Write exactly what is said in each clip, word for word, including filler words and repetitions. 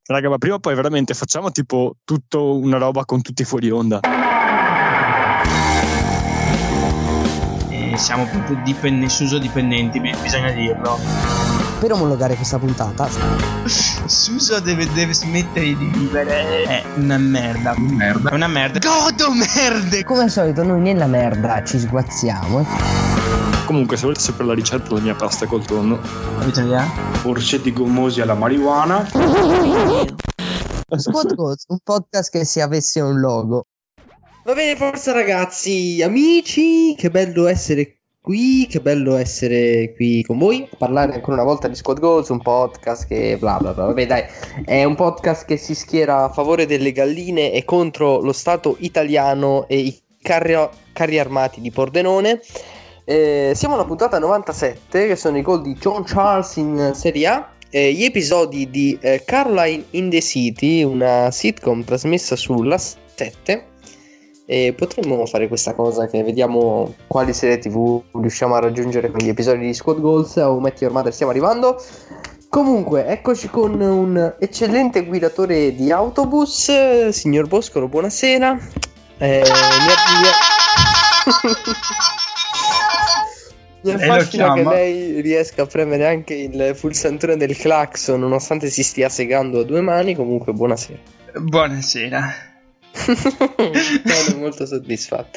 Raga, ma prima o poi veramente facciamo tipo tutto una roba con tutti fuori onda. E siamo proprio dipendenti, Suso dipendenti, bisogna dirlo. Per omologare questa puntata Suso deve, deve smettere di vivere. È una merda. Merda. È una merda. Godo merde. come al solito noi nella merda ci sguazziamo eh. Comunque, se volete sapere la ricetta della mia pasta col tonno, Avete un'idea? Orsetti gommosi alla marijuana. Squad Goals, un podcast che se avesse un logo. Va bene, forza ragazzi, amici, che bello essere qui, che bello essere qui con voi a parlare ancora una volta di Squad Goals, un podcast che bla bla bla. Vabbè, dai, è un podcast che si schiera a favore delle galline e contro lo Stato italiano e i carri, carri armati di Pordenone. Eh, siamo alla puntata novantasette, che sono i gol di John Charles in Serie A. Eh, gli episodi di eh, Caroline in the City, una sitcom trasmessa sulla sette. E potremmo fare questa cosa che vediamo quali serie tv riusciamo a raggiungere con gli episodi di Squad Goals o Metti Your Mother. Stiamo arrivando. Comunque, eccoci con un eccellente guidatore di autobus, signor Boscolo, buonasera. Eh, mi mi Mi affascina che lei riesca a premere anche il pulsantone del clacson nonostante si stia segando a due mani. Comunque, buonasera. Buonasera. Sono molto soddisfatto.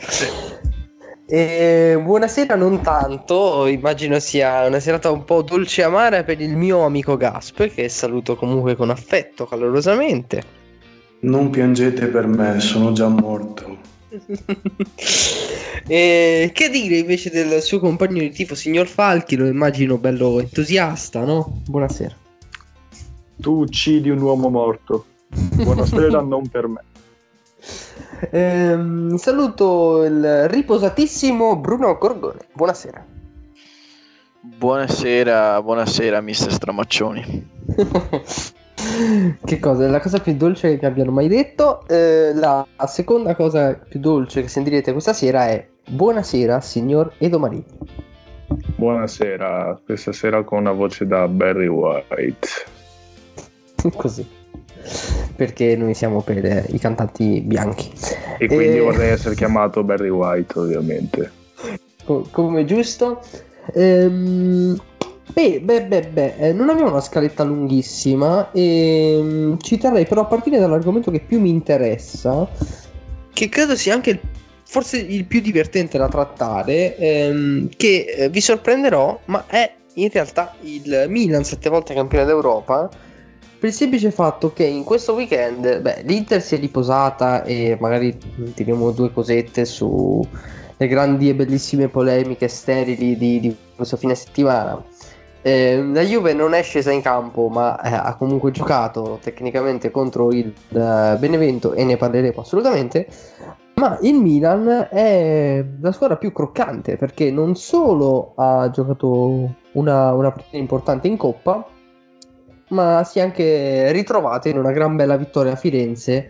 E buonasera non tanto, immagino sia una serata un po' dolce e amara per il mio amico Gasp, che saluto comunque con affetto calorosamente. Non piangete per me, sono già morto. E che dire invece del suo compagno di tifo, signor Falchi? Lo immagino bello entusiasta, no? Buonasera. tu uccidi un uomo morto. Buonasera, non per me. Ehm, saluto il riposatissimo Bruno Gorgone. Buonasera. Buonasera, buonasera mister Stramaccioni. Che cosa? È la cosa più dolce che mi abbiano mai detto. Eh, la seconda cosa più dolce che sentirete questa sera è buonasera signor Edo Marini. Buonasera, questa sera con una voce da Barry White. Così. Perché noi siamo per eh, i cantanti bianchi. E quindi E- vorrei essere chiamato Barry White, ovviamente. Co- come giusto. Ehm, beh, beh, beh, beh, eh, non abbiamo una scaletta lunghissima e mm, ci terrei però a partire dall'argomento che più mi interessa, che credo sia anche il- forse il più divertente da trattare, ehm, che eh, vi sorprenderò, ma è in realtà il Milan sette volte campione d'Europa, per il semplice fatto che in questo weekend, beh, l'Inter si è riposata e magari diremo due cosette su le grandi e bellissime polemiche sterili di, di questo fine settimana. Eh, la Juve non è scesa in campo, ma eh, ha comunque giocato tecnicamente contro il eh, Benevento e ne parleremo assolutamente. Ma il Milan è la squadra più croccante perché non solo ha giocato una, una partita importante in Coppa, ma si è anche ritrovata in una gran bella vittoria a Firenze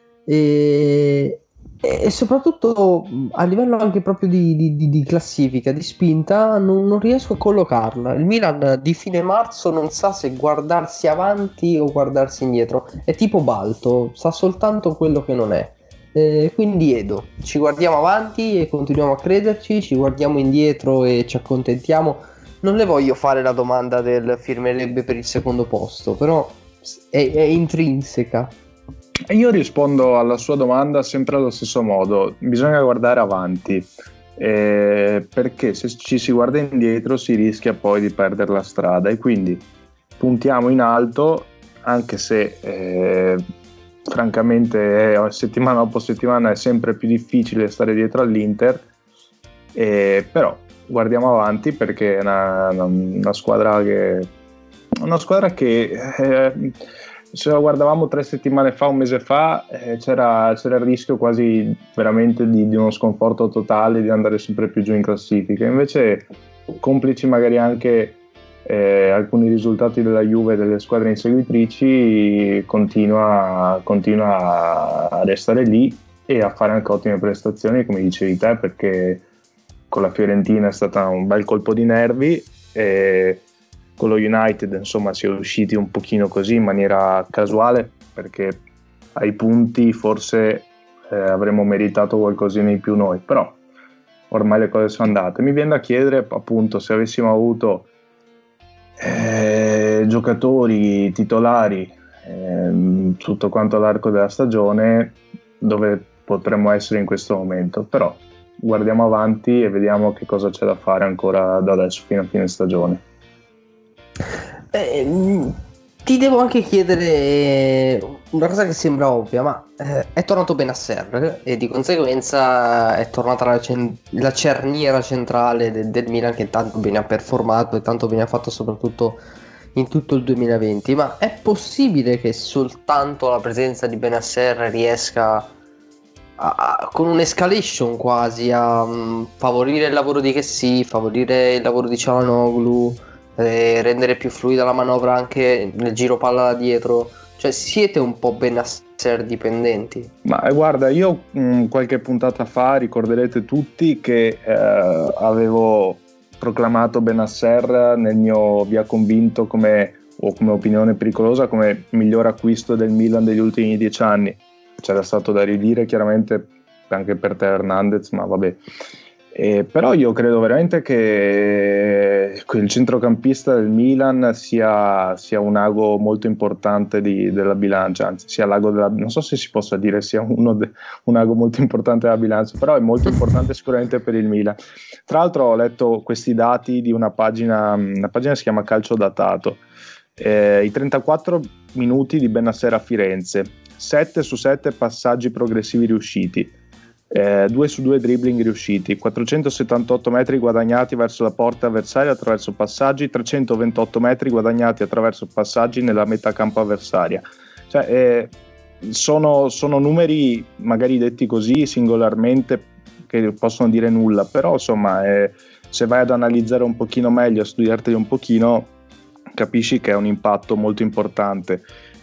e, e soprattutto a livello anche proprio di, di- di- di classifica, di spinta, non, non riesco a collocarla. Il Milan di fine marzo non sa se guardarsi avanti o guardarsi indietro, è tipo Balto, sa soltanto quello che non è. Eh, quindi Edo, ci guardiamo avanti e continuiamo a crederci, ci guardiamo indietro e ci accontentiamo. Non le voglio fare la domanda del firmerebbe per il secondo posto, però è, è intrinseca. E io rispondo alla sua domanda sempre allo stesso modo: bisogna guardare avanti, eh, perché se ci si guarda indietro si rischia poi di perdere la strada, e quindi puntiamo in alto, anche se eh, francamente eh, settimana dopo settimana è sempre più difficile stare dietro all'Inter, eh, però guardiamo avanti perché è una, una- una squadra che una squadra che eh, se la guardavamo tre settimane fa, un mese fa, eh, c'era, c'era il rischio quasi veramente di, di uno sconforto totale, di andare sempre più giù in classifica. Invece, complici magari anche eh, alcuni risultati della Juve e delle squadre inseguitrici, continua, continua a restare lì e a fare anche ottime prestazioni, come dicevi te, perché con la Fiorentina è stato un bel colpo di nervi. E con lo United insomma si è usciti un pochino così in maniera casuale, perché ai punti forse eh, avremmo meritato qualcosina in più noi, però ormai le cose sono andate. Mi viene da chiedere appunto se avessimo avuto eh, giocatori titolari eh, tutto quanto l'arco della stagione, dove potremmo essere in questo momento, però guardiamo avanti e vediamo che cosa c'è da fare ancora da adesso fino a fine stagione. Eh, ti devo anche chiedere una cosa che sembra ovvia, ma eh, è tornato Bennacer e di conseguenza è tornata la, cen- la cerniera centrale de- del Milan, che tanto bene ha performato e tanto bene ha fatto soprattutto in tutto il duemilaventi. Ma è possibile che soltanto la presenza di Bennacer riesca a, a, con un'escalation quasi a um, favorire il lavoro di Kessie, favorire il lavoro di Çalhanoğlu, eh, rendere più fluida la manovra anche nel giro palla da dietro? Cioè siete un po' Bennacer dipendenti? Ma eh, guarda, io mh, qualche puntata fa ricorderete tutti che eh, avevo proclamato Bennacer nel mio via convinto come, o come opinione pericolosa, come miglior acquisto del Milan degli ultimi dieci anni. C'era stato da ridire chiaramente anche per te Hernandez, ma vabbè. Eh, però io credo veramente che il centrocampista del Milan sia, sia un ago molto importante di, della bilancia, anzi sia l'ago della, non so se si possa dire sia uno de, un ago molto importante della bilancia, però è molto importante sicuramente per il Milan. Tra l'altro ho letto questi dati di una pagina, una pagina che si chiama Calcio Datato, eh, i trentaquattro minuti di Bennacer a Firenze, sette su sette passaggi progressivi riusciti, Eh, due su due dribbling riusciti, quattrocentosettantotto metri guadagnati verso la porta avversaria attraverso passaggi, trecentoventotto metri guadagnati attraverso passaggi nella metà campo avversaria. Cioè, eh, sono, sono numeri magari detti così singolarmente che possono dire nulla, però insomma eh, se vai ad analizzare un pochino meglio, a studiarteli un pochino, capisci che è un impatto molto importante.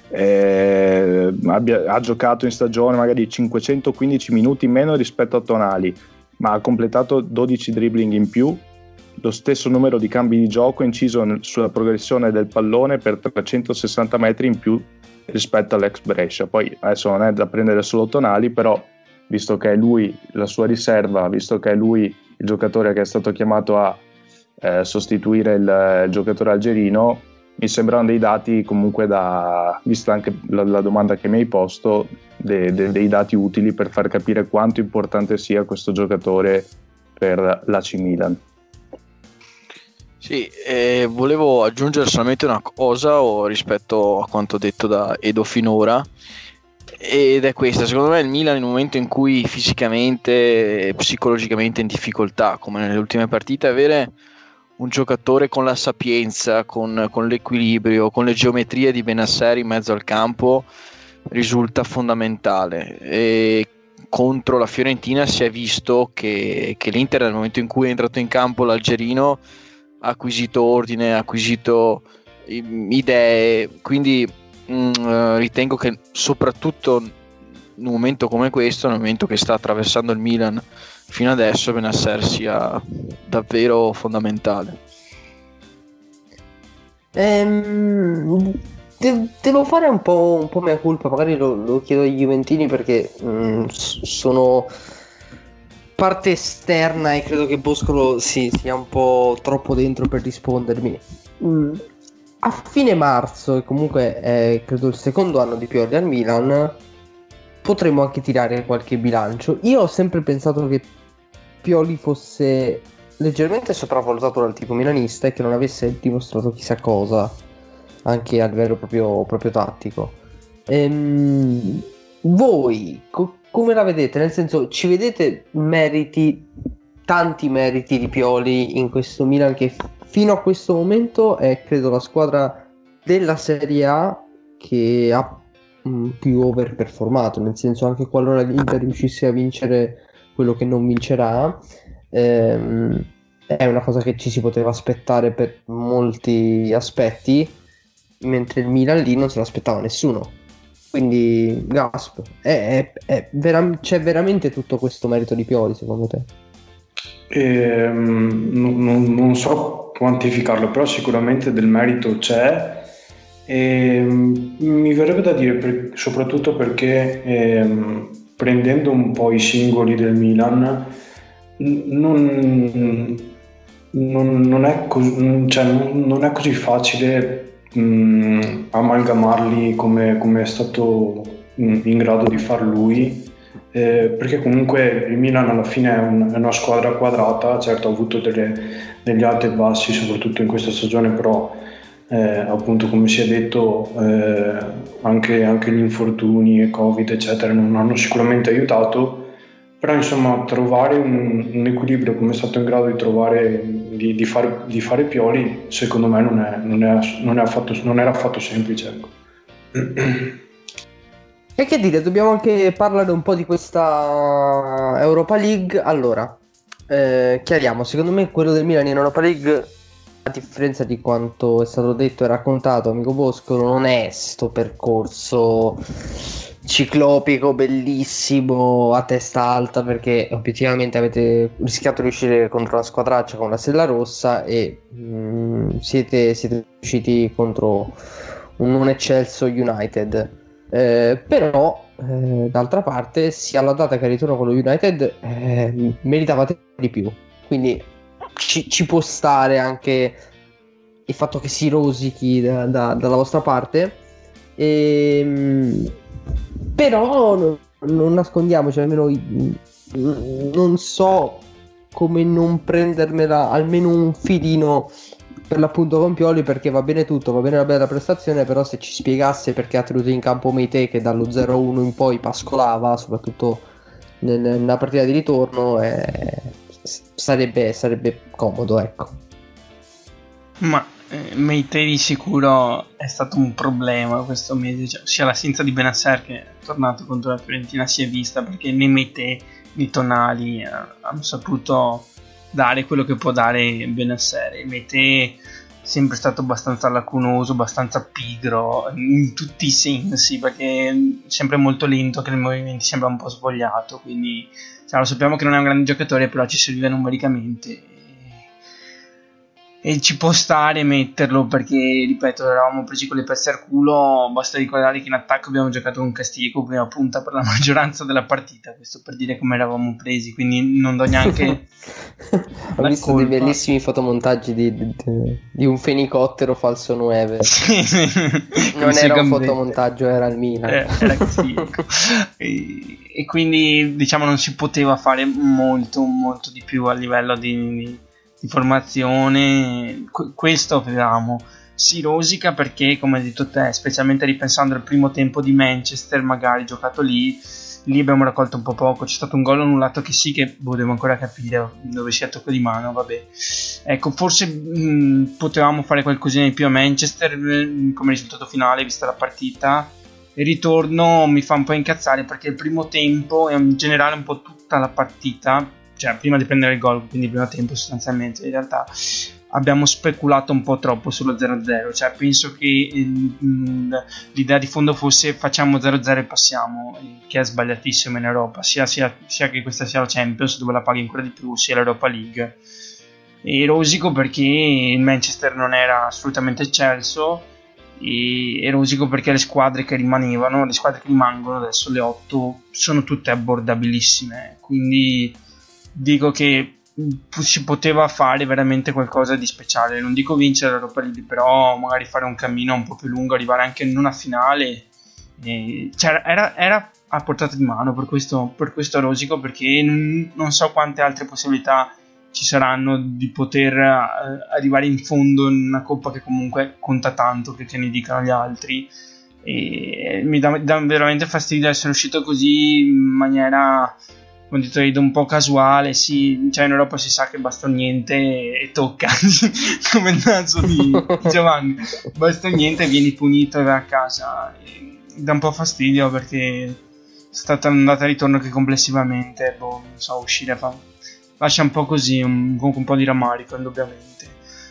Eh, abbia, ha giocato in stagione magari cinquecentoquindici minuti meno rispetto a Tonali, ma ha completato dodici dribbling in più, lo stesso numero di cambi di gioco inciso nel, sulla progressione del pallone per trecentosessanta metri in più rispetto all'ex Brescia. Poi adesso non è da prendere solo Tonali, però visto che è lui la sua riserva, visto che è lui il giocatore che è stato chiamato a eh, sostituire il, il giocatore algerino, mi sembrano dei dati comunque da, vista anche la, la domanda che mi hai posto, de, de, dei dati utili per far capire quanto importante sia questo giocatore per l'A C Milan. Sì, eh, volevo aggiungere solamente una cosa o rispetto a quanto detto da Edo finora, ed è questa: secondo me il Milan in un momento in cui fisicamente e psicologicamente è in difficoltà, come nelle ultime partite, avere un giocatore con la sapienza, con, con l'equilibrio, con le geometrie di Bennacer in mezzo al campo risulta fondamentale. E contro la Fiorentina si è visto che, che l'Inter, nel momento in cui è entrato in campo l'algerino, ha acquisito ordine, ha acquisito idee, quindi mh, ritengo che soprattutto in un momento come questo, nel momento che sta attraversando il Milan fino adesso, Bennacer sia davvero fondamentale. Ehm, de- devo fare un po', un po' mea culpa, magari lo, lo chiedo agli Juventini perché mh, sono parte esterna e credo che Boscolo sì, sia un po' troppo dentro per rispondermi. Mm. A fine marzo, e comunque è credo il secondo anno di Pioli al Milan, potremmo anche tirare qualche bilancio. Io ho sempre pensato che Pioli fosse leggermente sopravvalutato dal tipo milanista e che non avesse dimostrato chissà cosa anche a livello proprio, proprio tattico. Ehm, voi co- come la vedete? Nel senso, ci vedete meriti, tanti meriti di Pioli in questo Milan che f- fino a questo momento è credo la squadra della Serie A che ha mh, più overperformato, nel senso anche qualora l'Inter riuscisse a vincere quello che non vincerà, ehm, è una cosa che ci si poteva aspettare per molti aspetti, mentre il Milan lì non se l'aspettava nessuno. Quindi gasp, è, è, è vera- c'è veramente tutto questo merito di Pioli secondo te? Ehm, non, non- non so quantificarlo, però sicuramente del merito c'è. E, mi verrebbe da dire, per, soprattutto perché ehm, prendendo un po' i singoli del Milan, non, non, non, è, cos- cioè, non, non è così facile mh, amalgamarli come, come è stato mh, in grado di far lui. Eh, perché comunque il Milan alla fine è, un, è una squadra quadrata, certo ha avuto delle, degli alti e bassi soprattutto in questa stagione, però eh, appunto come si è detto eh, anche, anche gli infortuni e Covid eccetera non hanno sicuramente aiutato, però insomma trovare un, un equilibrio come è stato in grado di trovare di, di, fare, di fare Pioli secondo me non, è, non, è, non, è affatto, non era affatto semplice, ecco. E che dire, dobbiamo anche parlare un po' di questa Europa League. Allora, eh, chiariamo, secondo me quello del Milan in Europa League, a differenza di quanto è stato detto e raccontato, amico Bosco, non è sto percorso ciclopico, bellissimo, a testa alta, perché obiettivamente avete rischiato di uscire contro una squadraccia con la Stella Rossa e mh, siete, siete usciti contro un non eccelso United. Eh, però eh, d'altra parte sia la data che il ritorno con lo United eh, meritavate di più, quindi ci, ci può stare anche il fatto che si rosichi da, da, dalla vostra parte, e, però non, non nascondiamoci, almeno non so come non prendermela almeno un filino per l'appunto con Pioli, perché va bene tutto, va bene la bella prestazione, però se ci spiegasse perché ha tenuto in campo Meite, che dallo zero a uno in poi pascolava, soprattutto nel, nella partita di ritorno, eh, sarebbe, sarebbe comodo, ecco. Ma eh, Meite di sicuro è stato un problema questo mese, cioè, sia l'assenza di Benasser, che è tornato contro la Fiorentina, si è vista, perché né Meite né Tonali eh, hanno saputo dare quello che può dare Benasser. Meite è sempre stato abbastanza lacunoso, abbastanza pigro in tutti i sensi, perché è sempre molto lento, che nei movimenti sembra un po' svogliato, quindi cioè, lo sappiamo che non è un grande giocatore, però ci serviva numericamente e ci può stare metterlo, perché ripeto, eravamo presi con le pezze al culo. Basta ricordare che in attacco abbiamo giocato con Castiglieco prima punta per la maggioranza della partita, questo per dire come eravamo presi, quindi non do neanche ho visto colpa. Dei bellissimi fotomontaggi di, di, di un fenicottero falso nove. Non era un fotomontaggio, era il Milan, eh, era Castiglieco. e, e quindi diciamo non si poteva fare molto molto di più a livello di, di di formazione. Qu- questo avevamo. Si rosica perché, come hai detto te, specialmente ripensando al primo tempo di Manchester, magari giocato lì, lì abbiamo raccolto un po' poco. C'è stato un gol annullato che sì, che boh, devo ancora capire dove sia il tocco di mano, vabbè. Ecco, forse mh, potevamo fare qualcosina di più a Manchester mh, come risultato finale, vista la partita. Il ritorno mi fa un po' incazzare, perché il primo tempo e in generale un po' tutta la partita, cioè prima di prendere il gol, quindi il primo tempo sostanzialmente, in realtà abbiamo speculato un po' troppo sullo zero a zero. Cioè penso che mh, l'idea di fondo fosse facciamo zero a zero e passiamo, che è sbagliatissimo in Europa, sia, sia, sia che questa sia la Champions, dove la paghi ancora di più, sia l'Europa League. E rosico perché il Manchester non era assolutamente eccelso, e rosico perché le squadre che rimanevano, le squadre che rimangono adesso, le otto, sono tutte abbordabilissime, quindi dico che si poteva fare veramente qualcosa di speciale. Non dico vincere l'Europa League, però magari fare un cammino un po' più lungo, arrivare anche in una finale, e cioè, era, era a portata di mano. Per questo, per questo rosico, perché non, non so quante altre possibilità ci saranno di poter uh, arrivare in fondo in una coppa che comunque conta tanto, che, che ne dicano gli altri. E mi dà, dà veramente fastidio essere uscito così in maniera, come detto, un po' casuale. Sì, cioè in Europa si sa che basta niente e tocca come il naso di Giovanni, basta niente e vieni punito e vai a casa. E dà un po' fastidio, perché è stata un'andata e ritorno che complessivamente, boh, non so, uscire fa, lascia un po' così, un, con un po' di rammarico indubbiamente.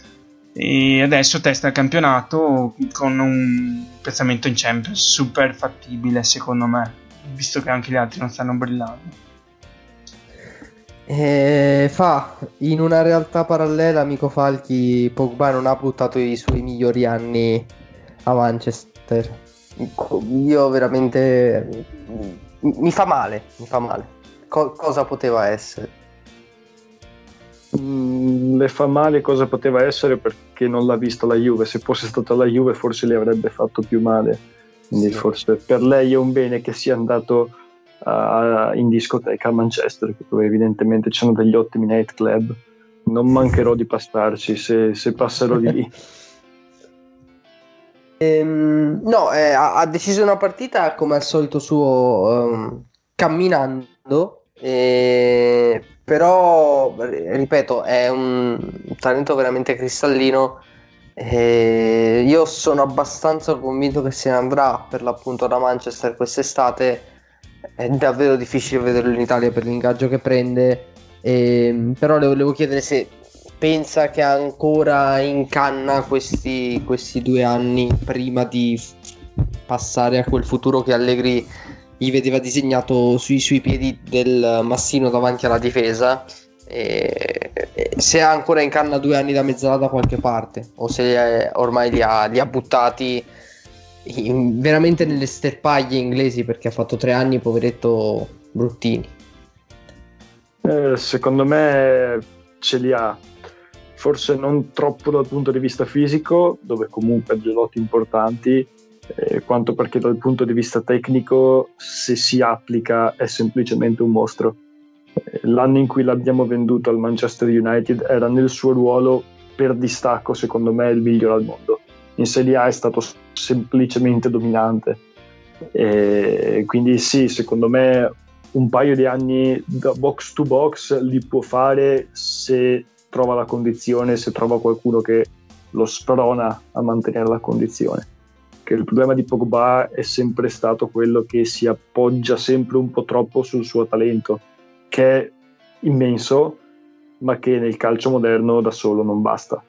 E adesso testa il campionato con un piazzamento in Champions super fattibile secondo me, visto che anche gli altri non stanno brillando. Eh, fa in una realtà parallela, amico Falchi, Pogba non ha buttato i suoi migliori anni a Manchester. Io veramente mi fa male, mi fa male. Co- cosa poteva essere? Mm, le fa male cosa poteva essere perché non l'ha vista la Juve. Se fosse stata la Juve forse le avrebbe fatto più male, quindi Sì. forse per lei è un bene che sia andato uh, in discoteca a Manchester, dove evidentemente c'erano degli ottimi nightclub. Non mancherò di passarci se, se passerò di lì. Ehm, no, eh, ha, ha deciso una partita come al solito suo, ehm, camminando, eh, però ripeto, è un talento veramente cristallino. Eh, io sono abbastanza convinto che se ne andrà per l'appunto da Manchester quest'estate. È davvero difficile vederlo in Italia per l'ingaggio che prende, ehm, però le volevo chiedere se pensa che ha ancora in canna questi, questi due anni prima di passare a quel futuro che Allegri gli vedeva disegnato sui, sui piedi del Massino davanti alla difesa, e, e se ha ancora in canna due anni da mezzala da qualche parte o se è, ormai li ha, li ha buttati in, veramente nelle sterpaglie inglesi, perché ha fatto tre anni, poveretto, bruttini. Eh, secondo me ce li ha, forse non troppo dal punto di vista fisico, dove comunque ha gelotti importanti, eh, quanto perché dal punto di vista tecnico, se si applica, è semplicemente un mostro. Eh, l'anno in cui l'abbiamo venduto al Manchester United era nel suo ruolo per distacco, secondo me, il migliore al mondo. In Serie A è stato semplicemente dominante. E quindi sì, secondo me un paio di anni da box to box li può fare se trova la condizione, se trova qualcuno che lo sprona a mantenere la condizione. Che il problema di Pogba è sempre stato quello che si appoggia sempre un po' troppo sul suo talento, che è immenso, ma che nel calcio moderno da solo non basta.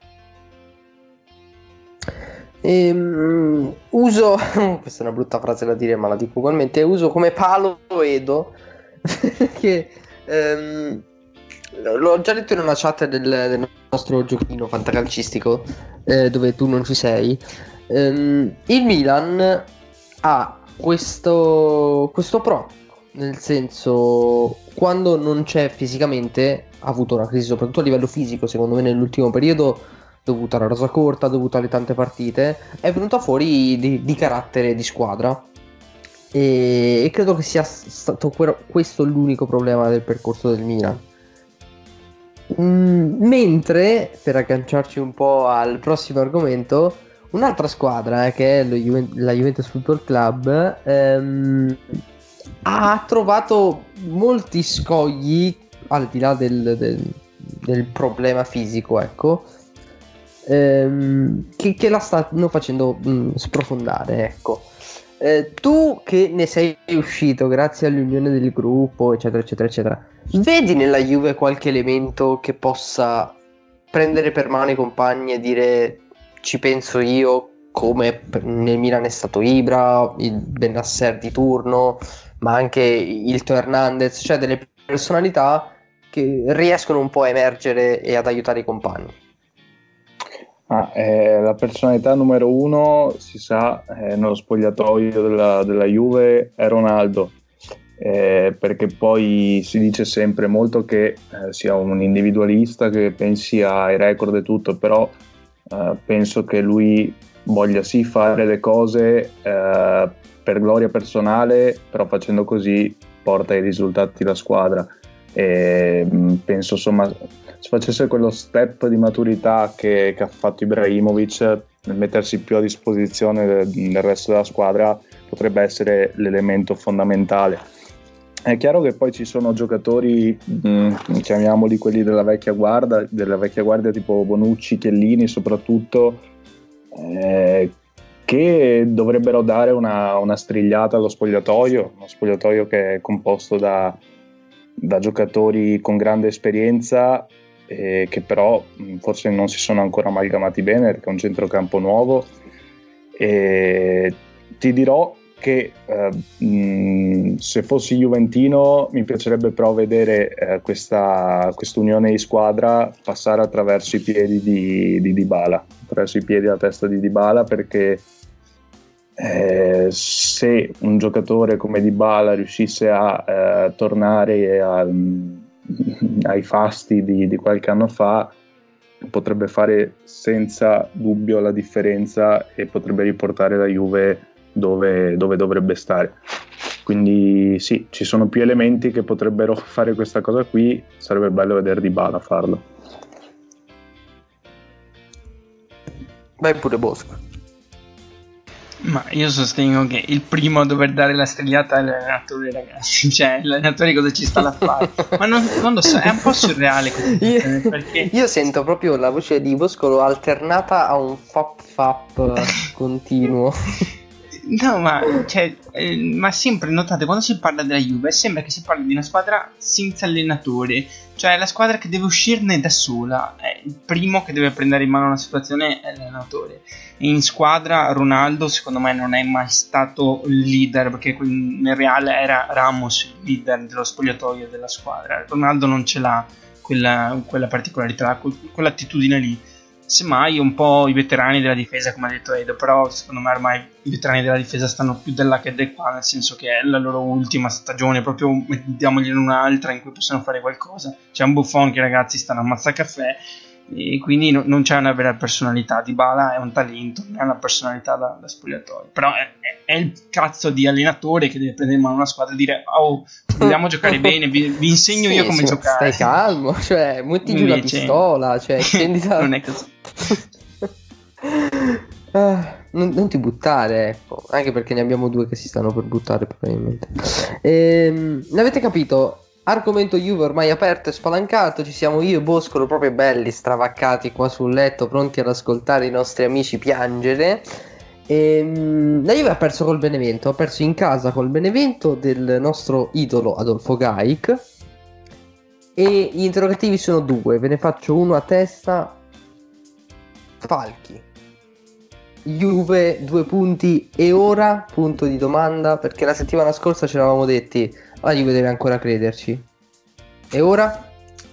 Ehm, uso questa è una brutta frase da dire, ma la dico ugualmente, uso come palo Edo che ehm, l'ho già detto in una chat del, del nostro giochino fantacalcistico, eh, dove tu non ci sei. Ehm, il Milan ha questo questo pro, nel senso, quando non c'è fisicamente, ha avuto una crisi soprattutto a livello fisico secondo me nell'ultimo periodo, dovuta alla rosa corta, dovuta alle tante partite, è venuta fuori di, di carattere di squadra, e, e credo che sia stato que- questo l'unico problema del percorso del Milan. Mm, mentre, per agganciarci un po' al prossimo argomento, un'altra squadra, eh, che è lo Juve- la Juventus Football Club, ehm, ha trovato molti scogli al di là del, del, del problema fisico, ecco, ehm, che, che la stanno facendo mh, sprofondare, ecco. Eh, tu che ne sei uscito grazie all'unione del gruppo, eccetera eccetera eccetera, vedi nella Juve qualche elemento che possa prendere per mano i compagni e dire ci penso io, come nel Milan è stato Ibra, il Benasser di turno, ma anche il Teo Hernandez, cioè delle personalità che riescono un po' a emergere e ad aiutare i compagni? Ah, eh, la personalità numero uno, si sa, eh, nello spogliatoio della, della Juve è Ronaldo, eh, perché poi si dice sempre molto che eh, sia un individualista, che pensi ai record e tutto, però eh, penso che lui voglia sì fare le cose eh, per gloria personale, però facendo così porta ai risultati la squadra. E mh, penso insomma se facesse quello step di maturità che, che ha fatto Ibrahimovic, nel mettersi più a disposizione del, del resto della squadra, potrebbe essere l'elemento fondamentale. È chiaro che poi ci sono giocatori, mh, chiamiamoli quelli della vecchia guardia, della vecchia guardia tipo Bonucci, Chiellini soprattutto, eh, che dovrebbero dare una, una strigliata allo spogliatoio, uno spogliatoio che è composto da, da giocatori con grande esperienza, eh, che però mh, forse non si sono ancora amalgamati bene, perché è un centrocampo nuovo. E ti dirò che eh, mh, se fossi juventino mi piacerebbe però vedere eh, questa unione di squadra passare attraverso i piedi di, di Dybala, attraverso i piedi e la testa di Dybala, perché eh, se un giocatore come Dybala riuscisse a eh, tornare a, ai fasti di, di qualche anno fa, potrebbe fare senza dubbio la differenza e potrebbe riportare la Juve dove, dove dovrebbe stare. Quindi sì, ci sono più elementi che potrebbero fare questa cosa qui, sarebbe bello vedere Dybala farlo. Vai pure Bosco. Ma io sostengo che il primo a dover dare la strigliata è l'allenatore, ragazzi. Cioè, l'allenatore cosa ci sta da fare? Ma non, non lo so, è un po' surreale così, io, perché io sento proprio la voce di Boscolo alternata a un fap fap continuo. No, ma, cioè, eh, ma sempre notate, quando si parla della Juve sembra che si parli di una squadra senza allenatore, cioè la squadra che deve uscirne da sola. È il primo che deve prendere in mano una situazione è l'allenatore. In squadra Ronaldo secondo me non è mai stato il leader, perché nel Real era Ramos il leader dello spogliatoio della squadra. Ronaldo non ce l'ha quella, quella particolarità, quell'attitudine lì. Semmai un po' i veterani della difesa, come ha detto Edo, però secondo me ormai i veterani della difesa stanno più della che del qua, nel senso che è la loro ultima stagione, proprio mettiamogli in un'altra in cui possono fare qualcosa. C'è un Buffon che, ragazzi, stanno a mazzacaffè, e quindi no, non c'è una vera personalità. Dybala è un talento, non è una personalità da, da spogliatoio, però è, è, è il cazzo di allenatore che deve prendere in mano una squadra e dire: oh, vogliamo giocare bene, vi, vi insegno sì, io come sì, giocare. Stai calmo, cioè metti giù la pistola, cioè scendita. Non è così. ah, non, non ti buttare, ecco, anche perché ne abbiamo due che si stanno per buttare probabilmente. Ehm, ne avete capito? Argomento Juve ormai aperto e spalancato, ci siamo io e Boscolo proprio belli stravaccati qua sul letto, pronti ad ascoltare i nostri amici piangere. E, la Juve ha perso col Benevento, ha perso in casa col Benevento del nostro idolo Adolfo Gaic, e gli interrogativi sono due, ve ne faccio uno a testa. Falchi, Juve due punti e ora? Punto di domanda, perché la settimana scorsa ci eravamo detti la Juve deve ancora crederci, e ora?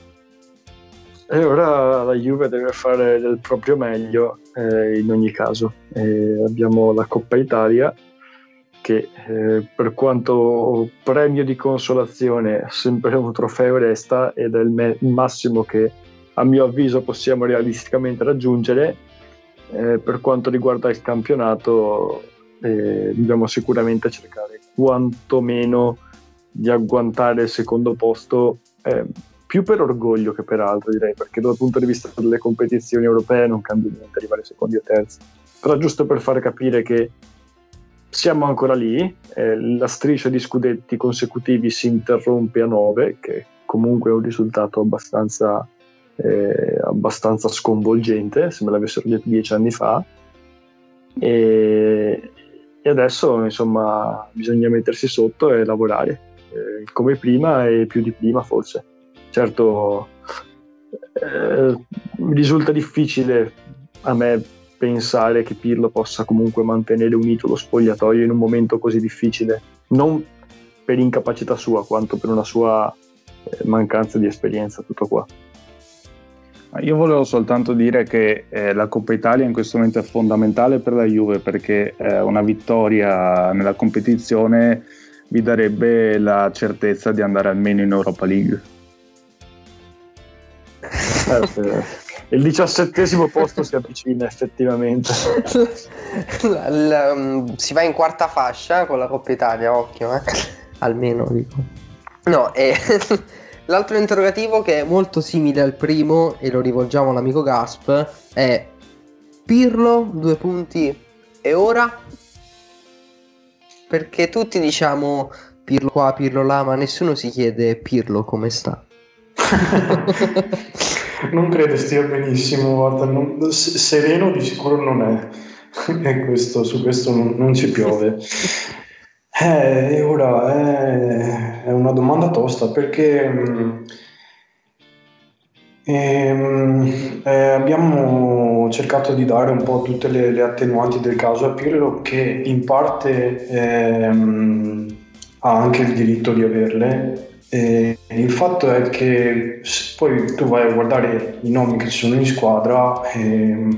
E ora la Juve deve fare del proprio meglio eh, in ogni caso. Eh, abbiamo la Coppa Italia che eh, per quanto premio di consolazione è sempre un trofeo resta ed è il, me- il massimo che a mio avviso possiamo realisticamente raggiungere. Eh, per quanto riguarda il campionato eh, dobbiamo sicuramente cercare quantomeno di agguantare il secondo posto, eh, più per orgoglio che per altro, direi, perché dal punto di vista delle competizioni europee non cambia niente arrivare secondi o terzi, però giusto per far capire che siamo ancora lì. Eh, la striscia di scudetti consecutivi si interrompe a nove, che comunque è un risultato abbastanza eh, abbastanza sconvolgente se me l'avessero detto dieci anni fa, e, e adesso insomma bisogna mettersi sotto e lavorare eh, come prima e più di prima forse. Certo eh, mi risulta difficile a me pensare che Pirlo possa comunque mantenere unito lo spogliatoio in un momento così difficile, non per incapacità sua quanto per una sua eh, mancanza di esperienza, tutto qua. Io volevo soltanto dire che eh, la Coppa Italia in questo momento è fondamentale per la Juve, perché eh, una vittoria nella competizione vi darebbe la certezza di andare almeno in Europa League. Eh, il diciassettesimo posto si avvicina effettivamente. la, la, si va in quarta fascia con la Coppa Italia, occhio, eh. Almeno dico. No, e l'altro interrogativo, che è molto simile al primo e lo rivolgiamo all'amico Gasp, è: Pirlo due punti e ora? Perché tutti diciamo Pirlo qua, Pirlo là, ma nessuno si chiede Pirlo come sta. Non credo stia benissimo, guarda, non, sereno di sicuro non è, e questo, su questo non, non ci piove. Eh, ora è, è una domanda tosta, perché mh, Ehm, eh, abbiamo cercato di dare un po' tutte le, le attenuanti del caso a Pirlo, che in parte ehm, ha anche il diritto di averle. E il fatto è che se poi tu vai a guardare i nomi che ci sono in squadra, ehm,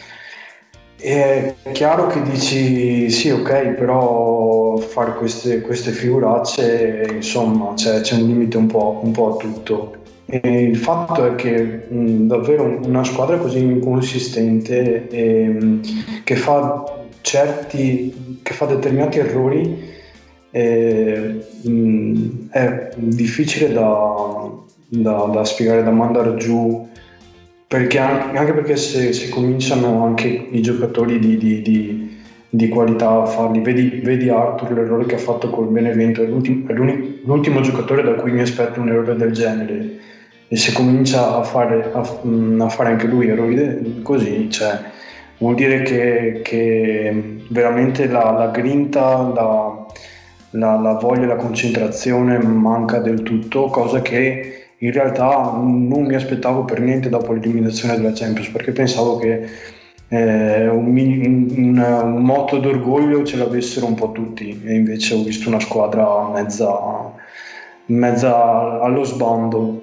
è chiaro che dici sì, ok, però fare queste, queste figuracce, insomma, c'è, c'è un limite un po', un po' a tutto. E il fatto è che mh, davvero una squadra così inconsistente, e, che fa certi, che fa determinati errori, e, mh, è difficile da, da, da spiegare, da mandare giù, perché anche, anche perché se, se cominciano anche i giocatori di, di, di, di qualità a farli, vedi, vedi Arthur, l'errore che ha fatto col Benevento, è l'ultimo, è l'ultimo giocatore da cui mi aspetto un errore del genere, e se comincia a fare, a, a fare anche lui errori così, cioè, vuol dire che, che veramente la, la grinta, la, la, la voglia, la concentrazione manca del tutto, cosa che in realtà non mi aspettavo per niente dopo l'eliminazione della Champions, perché pensavo che eh, un, un, un motto d'orgoglio ce l'avessero un po' tutti, e invece ho visto una squadra mezza, mezza allo sbando,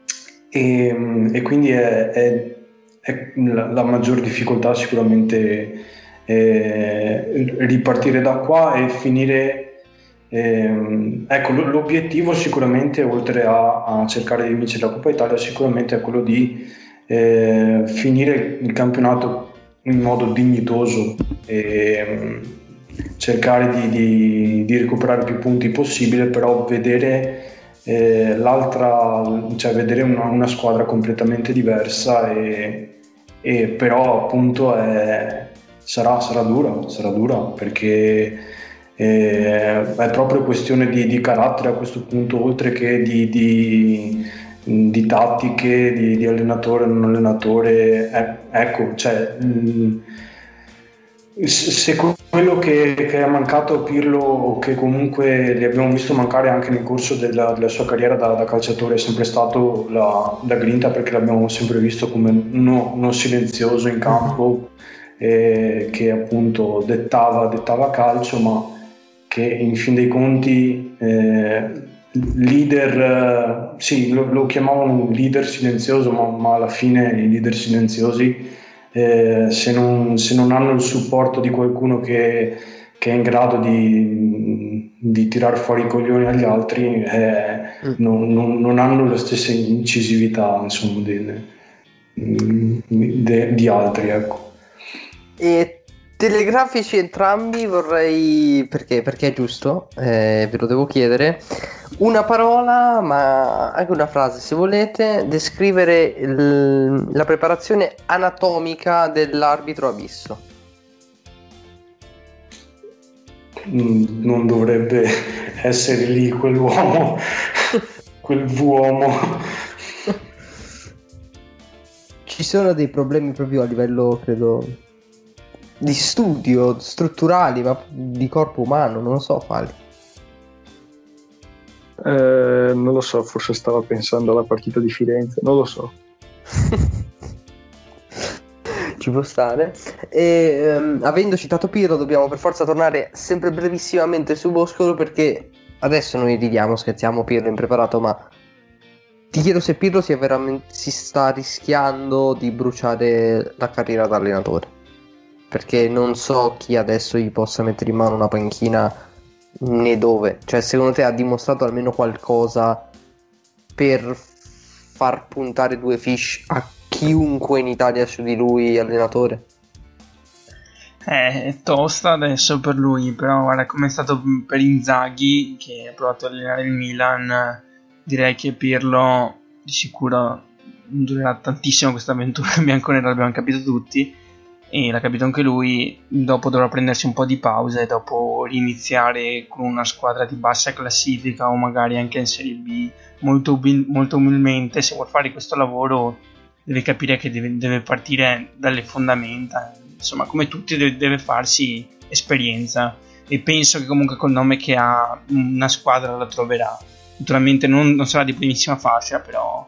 e, e quindi è, è, è la maggior difficoltà sicuramente eh, ripartire da qua e finire. Eh, ecco, l'obiettivo sicuramente, oltre a, a cercare di vincere la Coppa Italia, sicuramente è quello di eh, finire il campionato in modo dignitoso e cercare di, di, di recuperare più punti possibile, però vedere eh, l'altra, cioè vedere una, una squadra completamente diversa, e, e però appunto è, sarà, sarà dura, sarà dura perché Eh, è proprio questione di, di carattere a questo punto, oltre che di, di, di tattiche, di, di allenatore, non allenatore. Eh, ecco, cioè, mh, se quello che, che è mancato a Pirlo, o che comunque li abbiamo visto mancare anche nel corso della, della sua carriera da, da calciatore, è sempre stato la, la grinta, perché l'abbiamo sempre visto come uno, uno silenzioso in campo, eh, che appunto dettava, dettava calcio, ma che in fin dei conti eh, leader, eh, sì, lo, lo chiamavano un leader silenzioso, ma, ma alla fine i leader silenziosi, eh, se, non, se non hanno il supporto di qualcuno che, che è in grado di, di tirar fuori i coglioni agli altri, eh, mm. non, non, non hanno la stessa incisività, insomma, di, di, di altri, ecco. E telegrafici entrambi, vorrei, perché, perché è giusto, eh, ve lo devo chiedere, una parola, ma anche una frase se volete, descrivere il, la preparazione anatomica dell'arbitro Abisso. Non dovrebbe essere lì quell'uomo, quell'uomo. Ci sono dei problemi proprio a livello, credo, di studio, strutturali, ma di corpo umano, non lo so, Fali. Eh, non lo so, forse stava pensando alla partita di Firenze, non lo so. Ci può stare. E ehm, avendo citato Pirlo, dobbiamo per forza tornare sempre brevissimamente su Boscolo, perché adesso noi ridiamo, scherziamo, Pirlo è impreparato, ma ti chiedo se Pirlo si, è veramente, si sta rischiando di bruciare la carriera da allenatore, perché non so chi adesso gli possa mettere in mano una panchina, né dove. Cioè, secondo te ha dimostrato almeno qualcosa per far puntare due fish a chiunque in Italia su di lui allenatore? Eh, è tosta adesso per lui, però guarda, come è stato per Inzaghi, che ha provato a allenare il Milan, direi che Pirlo di sicuro durerà tantissimo questa avventura bianconera, l'abbiamo capito tutti, e l'ha capito anche lui. Dopo dovrà prendersi un po' di pausa e dopo riniziare con una squadra di bassa classifica o magari anche in Serie B molto, umil- molto umilmente. Se vuol fare questo lavoro deve capire che deve, deve partire dalle fondamenta, insomma, come tutti deve, deve farsi esperienza, e penso che comunque col nome che ha una squadra la troverà. Naturalmente non, non sarà di primissima fascia, però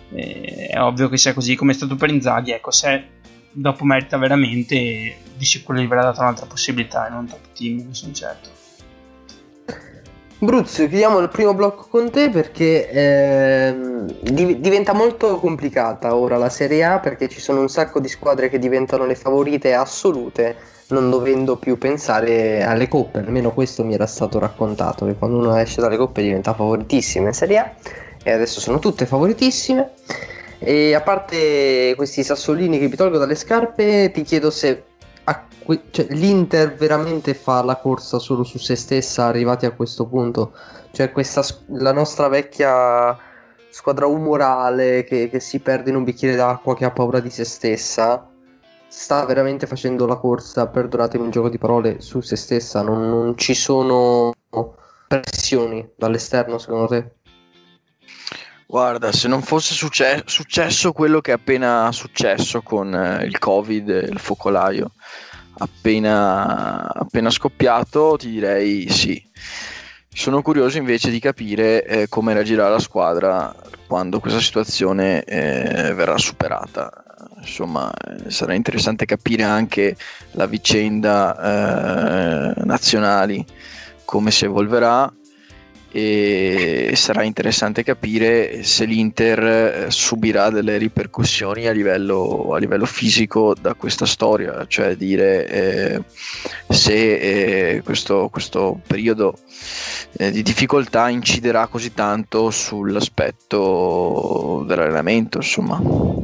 eh, è ovvio che sia così, come è stato per Inzaghi. Ecco, se dopo merita veramente, di sicuro gli verrà data un'altra possibilità in un top team, ne sono certo. Bruzio, chiudiamo il primo blocco con te perché ehm, div- diventa molto complicata ora la Serie A, perché ci sono un sacco di squadre che diventano le favorite assolute, non dovendo più pensare alle coppe. Almeno questo mi era stato raccontato, che quando uno esce dalle coppe diventa favoritissima in Serie A, e adesso sono tutte favoritissime. E a parte questi sassolini che vi tolgo dalle scarpe, ti chiedo se a que- cioè, l'Inter veramente fa la corsa solo su se stessa arrivati a questo punto. Cioè questa la nostra vecchia squadra umorale che, che si perde in un bicchiere d'acqua, che ha paura di se stessa, sta veramente facendo la corsa, perdonatemi un gioco di parole, su se stessa. Non, non ci sono pressioni dall'esterno, secondo te? Guarda, se non fosse succe- successo quello che è appena successo con eh, il Covid, il focolaio appena, appena scoppiato, ti direi sì. Sono curioso invece di capire eh, come reagirà la squadra quando questa situazione eh, verrà superata. Insomma, eh, sarà interessante capire anche la vicenda eh, nazionali, come si evolverà, e sarà interessante capire se l'Inter subirà delle ripercussioni a livello, a livello fisico da questa storia, cioè dire eh, se eh, questo, questo periodo eh, di difficoltà inciderà così tanto sull'aspetto dell'allenamento, insomma.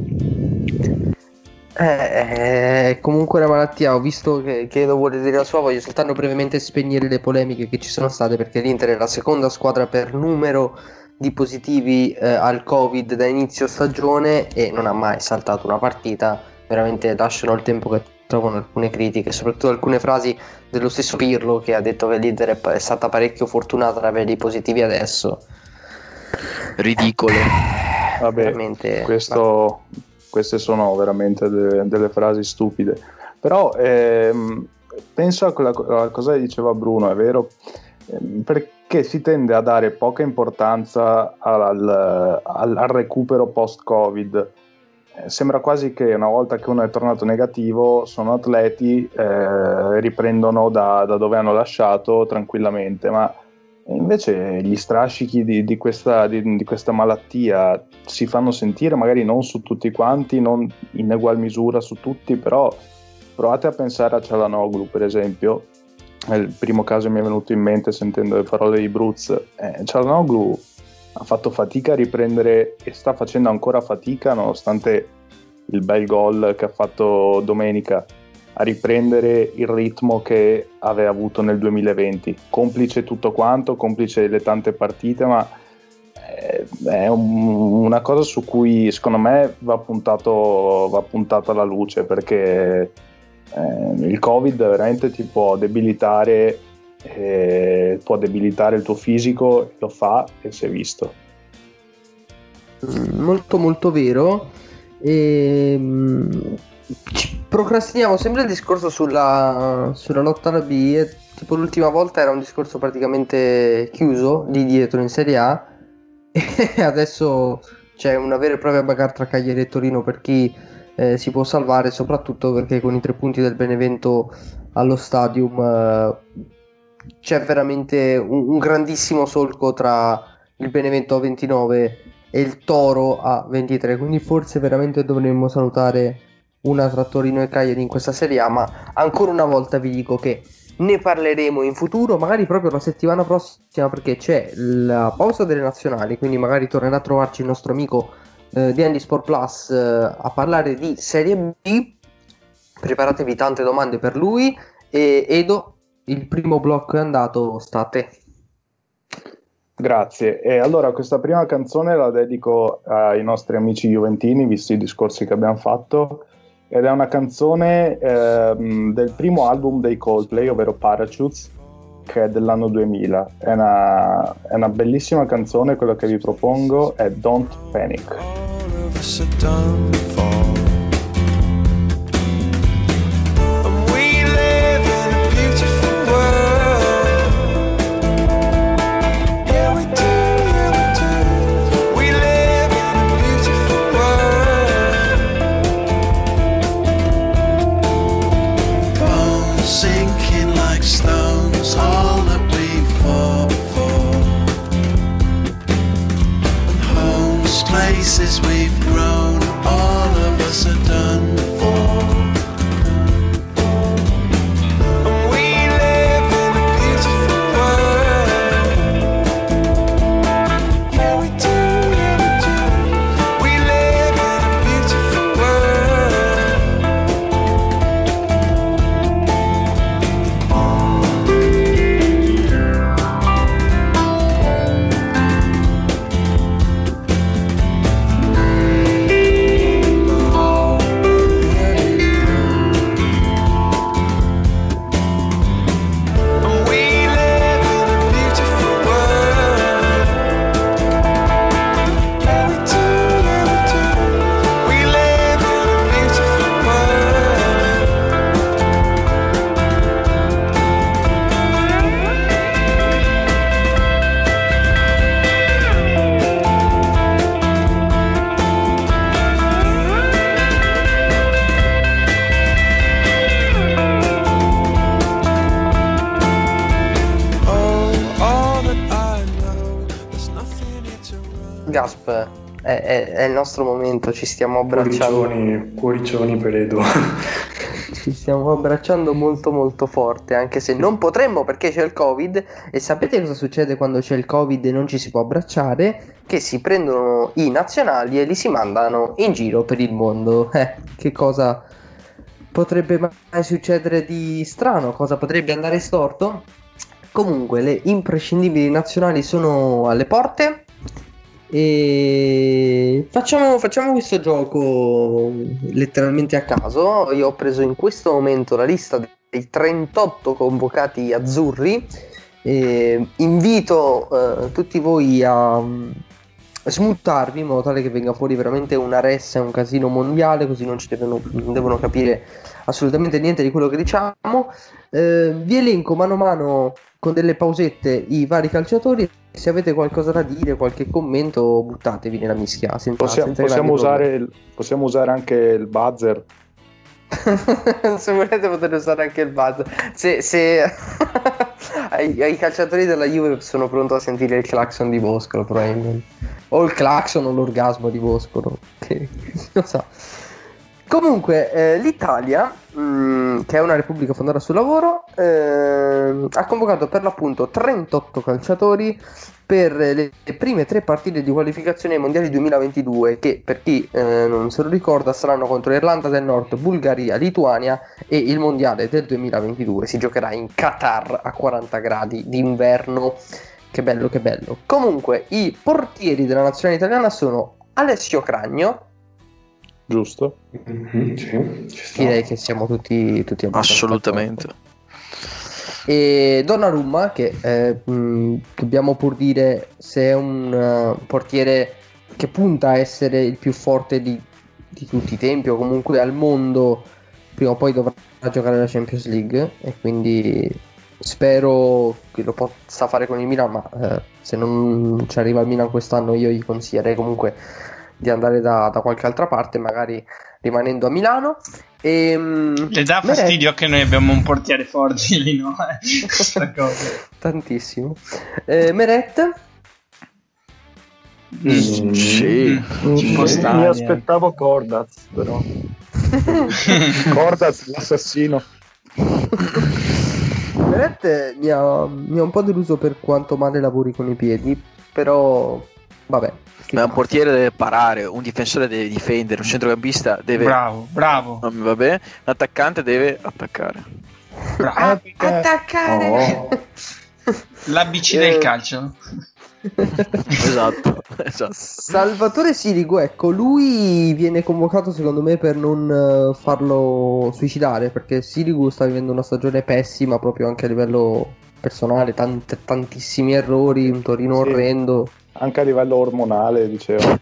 Eh, è comunque una malattia. Ho visto che, che lo vuole dire la sua. Voglio soltanto brevemente spegnere le polemiche che ci sono state, perché l'Inter è la seconda squadra per numero di positivi eh, al Covid da inizio stagione e non ha mai saltato una partita. Veramente lasciano il tempo che trovano alcune critiche, soprattutto alcune frasi dello stesso Pirlo, che ha detto che l'Inter è stata parecchio fortunata ad avere i positivi adesso. Ridicole. Vabbè, veramente, questo... queste sono veramente de- delle frasi stupide, però ehm, penso a quella a cosa che diceva Bruno, è vero, ehm, perché si tende a dare poca importanza al, al, al recupero post-Covid. Eh, sembra quasi che una volta che uno è tornato negativo sono atleti, eh, riprendono da, da dove hanno lasciato tranquillamente, ma invece gli strascichi di, di, questa, di, di questa malattia si fanno sentire, magari non su tutti quanti, non in ugual misura su tutti, però provate a pensare a Çalhanoğlu, per esempio. È il primo caso che mi è venuto in mente sentendo le parole di Bruz. eh, Çalhanoğlu ha fatto fatica a riprendere e sta facendo ancora fatica, nonostante il bel gol che ha fatto domenica, a riprendere il ritmo che aveva avuto nel duemilaventi, complice tutto quanto, complice le tante partite, ma è un, una cosa su cui secondo me va puntato va puntata la luce, perché eh, il Covid veramente ti può debilitare, eh, può debilitare il tuo fisico, lo fa e si è visto. Molto molto vero. E procrastiniamo sempre il discorso sulla, sulla lotta alla B, e tipo l'ultima volta era un discorso praticamente chiuso lì dietro in Serie A, e adesso c'è una vera e propria bagarre tra Cagliari e Torino per chi eh, si può salvare, soprattutto perché con i tre punti del Benevento allo Stadium eh, c'è veramente un, un grandissimo solco tra il Benevento a ventinove e il Toro a ventitré, quindi forse veramente dovremmo salutare una tra Torino e Cagliari in questa Serie A. Ma ancora una volta vi dico che ne parleremo in futuro, magari proprio la settimana prossima, perché c'è la pausa delle nazionali, quindi magari tornerà a trovarci il nostro amico eh, di Andy Sport Plus eh, a parlare di Serie B. Preparatevi tante domande per lui. E Edo, il primo blocco è andato, sta a te. Grazie. E allora questa prima canzone la dedico ai nostri amici juventini, visto i discorsi che abbiamo fatto, ed è una canzone ehm, del primo album dei Coldplay, ovvero Parachutes, che è dell'anno duemila. È una, è una bellissima canzone, quello che vi propongo è Don't Panic. Yeah, we do, yeah, we do. We live in a beautiful as we've grown, all of us are done for. And we live in a beautiful world. Yeah, we do, yeah, we do. We live in a beautiful Gasp, è, è, è il nostro momento, ci stiamo abbracciando. Cuoricioni, cuoricioni per Edo. Ci stiamo abbracciando molto molto forte, anche se non potremmo perché c'è il Covid. E sapete cosa succede quando c'è il Covid e non ci si può abbracciare? Che si prendono i nazionali e li si mandano in giro per il mondo. Eh, che cosa potrebbe mai succedere di strano? Cosa potrebbe andare storto? Comunque, le imprescindibili nazionali sono alle porte. E facciamo, facciamo questo gioco letteralmente a caso. Io ho preso in questo momento la lista dei trentotto convocati azzurri e invito eh, tutti voi a, a smuttarvi in modo tale che venga fuori veramente una ressa e un casino mondiale, così non ci devono, non devono capire assolutamente niente di quello che diciamo. Eh, vi elenco mano a mano con delle pausette i vari calciatori. Se avete qualcosa da dire, qualche commento, buttatevi nella mischia. Senza, possiamo, senza possiamo, usare problemi. il, possiamo usare anche il buzzer. Se volete potete usare anche il buzzer. Se, se... ai, ai calciatori della Juve sono pronto a sentire il clacson di Boscolo, probabilmente. O il clacson o l'orgasmo di Boscolo. Che... non so. Comunque, eh, l'Italia, mh, che è una repubblica fondata sul lavoro, eh, ha convocato per l'appunto trentotto calciatori per le prime tre partite di qualificazione ai mondiali duemilaventidue, che per chi eh, non se lo ricorda saranno contro Irlanda del Nord, Bulgaria, Lituania, e il mondiale del duemilaventidue si giocherà in Qatar a quaranta gradi d'inverno. Che bello, che bello. Comunque, i portieri della nazionale italiana sono Alessio Cragno. Giusto? Mm-hmm, sì, ci sta. Direi che siamo tutti, tutti assolutamente. E Donnarumma, che eh, mh, dobbiamo pur dire se è un uh, portiere che punta a essere il più forte di, di tutti i tempi, o comunque al mondo, prima o poi dovrà giocare la Champions League, e quindi spero che lo possa fare con il Milan, ma eh, se non ci arriva il Milan quest'anno io gli consiglierei comunque di andare da, da qualche altra parte, magari rimanendo a Milano. E, le dà fastidio Meret... che noi abbiamo un portiere forte lì, no? Questa cosa. Tantissimo. eh, Meret? Mm, sì, mm, mi aspettavo Cordaz, però Cordaz l'assassino. Meret mi ha, mi ha un po' deluso per quanto male lavori con i piedi, però vabbè. Ma un portiere deve parare, un difensore deve difendere, un centrocampista deve... Bravo, bravo. Vabbè, un attaccante deve attaccare. Bravo. Attaccare! Oh. L'A B C del calcio. esatto, esatto. Salvatore Sirigu, ecco, lui viene convocato secondo me per non farlo suicidare, perché Sirigu sta vivendo una stagione pessima proprio anche a livello personale, tant- tantissimi errori, un Torino sì. orrendo. Anche a livello ormonale, dicevo.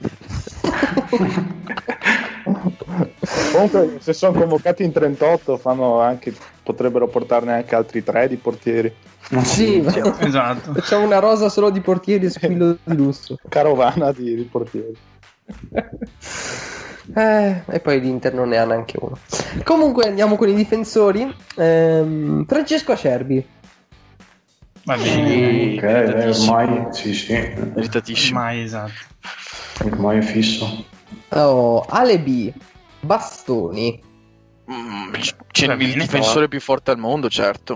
Comunque, se sono convocati in trentotto, fanno anche, potrebbero portarne anche altri tre di portieri. Sì, ma... esatto. Facciamo una rosa solo di portieri e squillo di lusso. Carovana di, di portieri. Eh, e poi l'Inter non ne ha neanche uno. Comunque andiamo con i difensori. Ehm, Francesco Acerbi. Va bene, ok, ormai sì, sì. Meritatissimo. Ormai, esatto. Ormai è fisso. Oh, Ale B, bastoni. Mm, c- c'è Va il bene, difensore più forte al mondo, certo.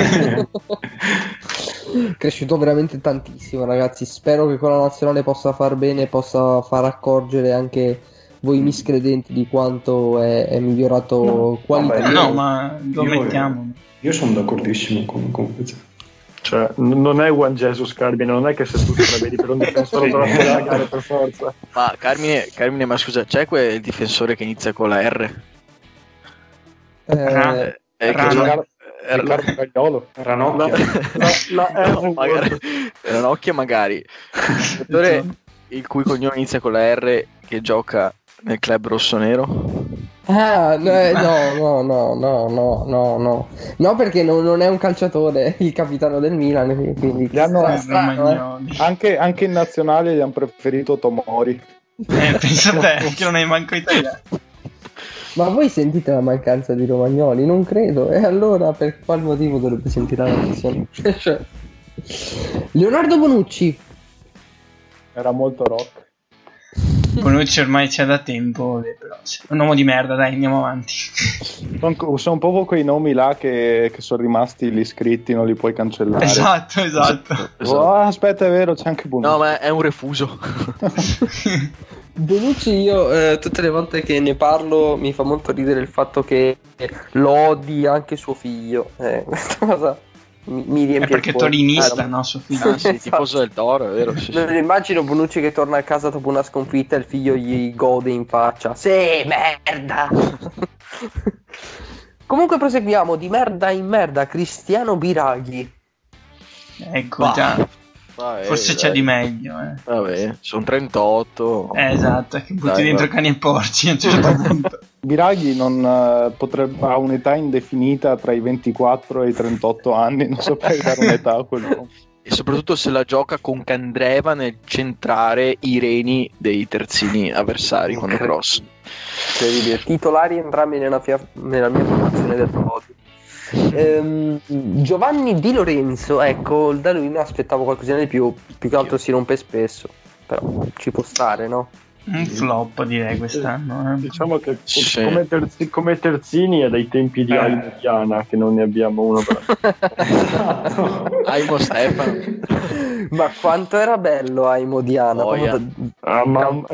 Cresciuto veramente tantissimo, ragazzi. Spero che con la nazionale possa far bene, possa far accorgere anche voi miscredenti di quanto è, è migliorato No, qualitativamente. vabbè, No, ma lo Io- mettiamo. Io sono d'accordissimo con, con questo. Cioè, n- non è Juan Jesus Carmine, non è che se tu stravedi per un difensore Sì. te la puoi pagare per forza. Ma Carmine, Carmine, ma scusa, c'è quel difensore che inizia con la R? Eh, Ra- Eh, eh, che Rano. gioca- Riccardo- eh, Riccardo Gagliolo. Ranocchia. La, la no, R magari, Ranocchia magari. Il giocatore il cui cognome inizia con la R che gioca nel club rossonero? Ah, no, eh, no, no, no, no, no, no, no. No, perché non, non è un calciatore, il capitano del Milan, quindi Gli hanno- strano, strano, eh. Romagnoli. Anche, anche in nazionale gli hanno preferito Tomori. Eh, pensa a te che non hai manco italiano. Ma voi sentite la mancanza di Romagnoli? Non credo. E allora per qual motivo dovrebbe sentire la nazione? Cioè, Leonardo Bonucci. Era molto rock. Bonucci ormai c'è da tempo, eh, però è un uomo di merda, dai, andiamo avanti. Sono, sono proprio quei nomi là che, che sono rimasti lì scritti, non li puoi cancellare. Esatto, esatto. Oh, aspetta, è vero, c'è anche Bonucci. No, ma è un refuso. Bonucci io eh, tutte le volte che ne parlo mi fa molto ridere il fatto che lo odi anche suo figlio. Eh, questa cosa mi, mi riempie È perché il cuore. torinista, Eh, no, suo figlio. Ah, sì, tifoso del Toro, è vero? Sì, sì. Non immagino Bonucci che torna a casa dopo una sconfitta e il figlio gli gode in faccia. Sì, merda! Comunque proseguiamo di merda in merda. Cristiano Biraghi. Ecco, Bah. già. Vabbè, Forse dai. c'è di meglio, eh. Vabbè, sono trentotto. Eh, esatto, è che butti Dai, dentro va. cani e porci a un certo punto. Biraghi non eh, potrebbe, ha un'età indefinita tra i ventiquattro e i trentotto anni, non saprei dare un'età a quell'uomo. E soprattutto se la gioca con Candreva nel centrare i reni dei terzini avversari quando cross. Incredibile. Titolari entrambi nella, fia- nella mia formazione del podio. Ehm, Giovanni Di Lorenzo, ecco, da lui mi aspettavo qualcosina di più, più che altro si rompe spesso, però ci può stare, no? Un flop direi quest'anno, eh. Diciamo che Sì. come, terzi- come terzini è dai tempi di Eh. Ali Mediana che non ne abbiamo uno. Però. Aimo Stefano. Ma quanto era bello Aimo Diana, Boia. proprio da- Ah, mamma-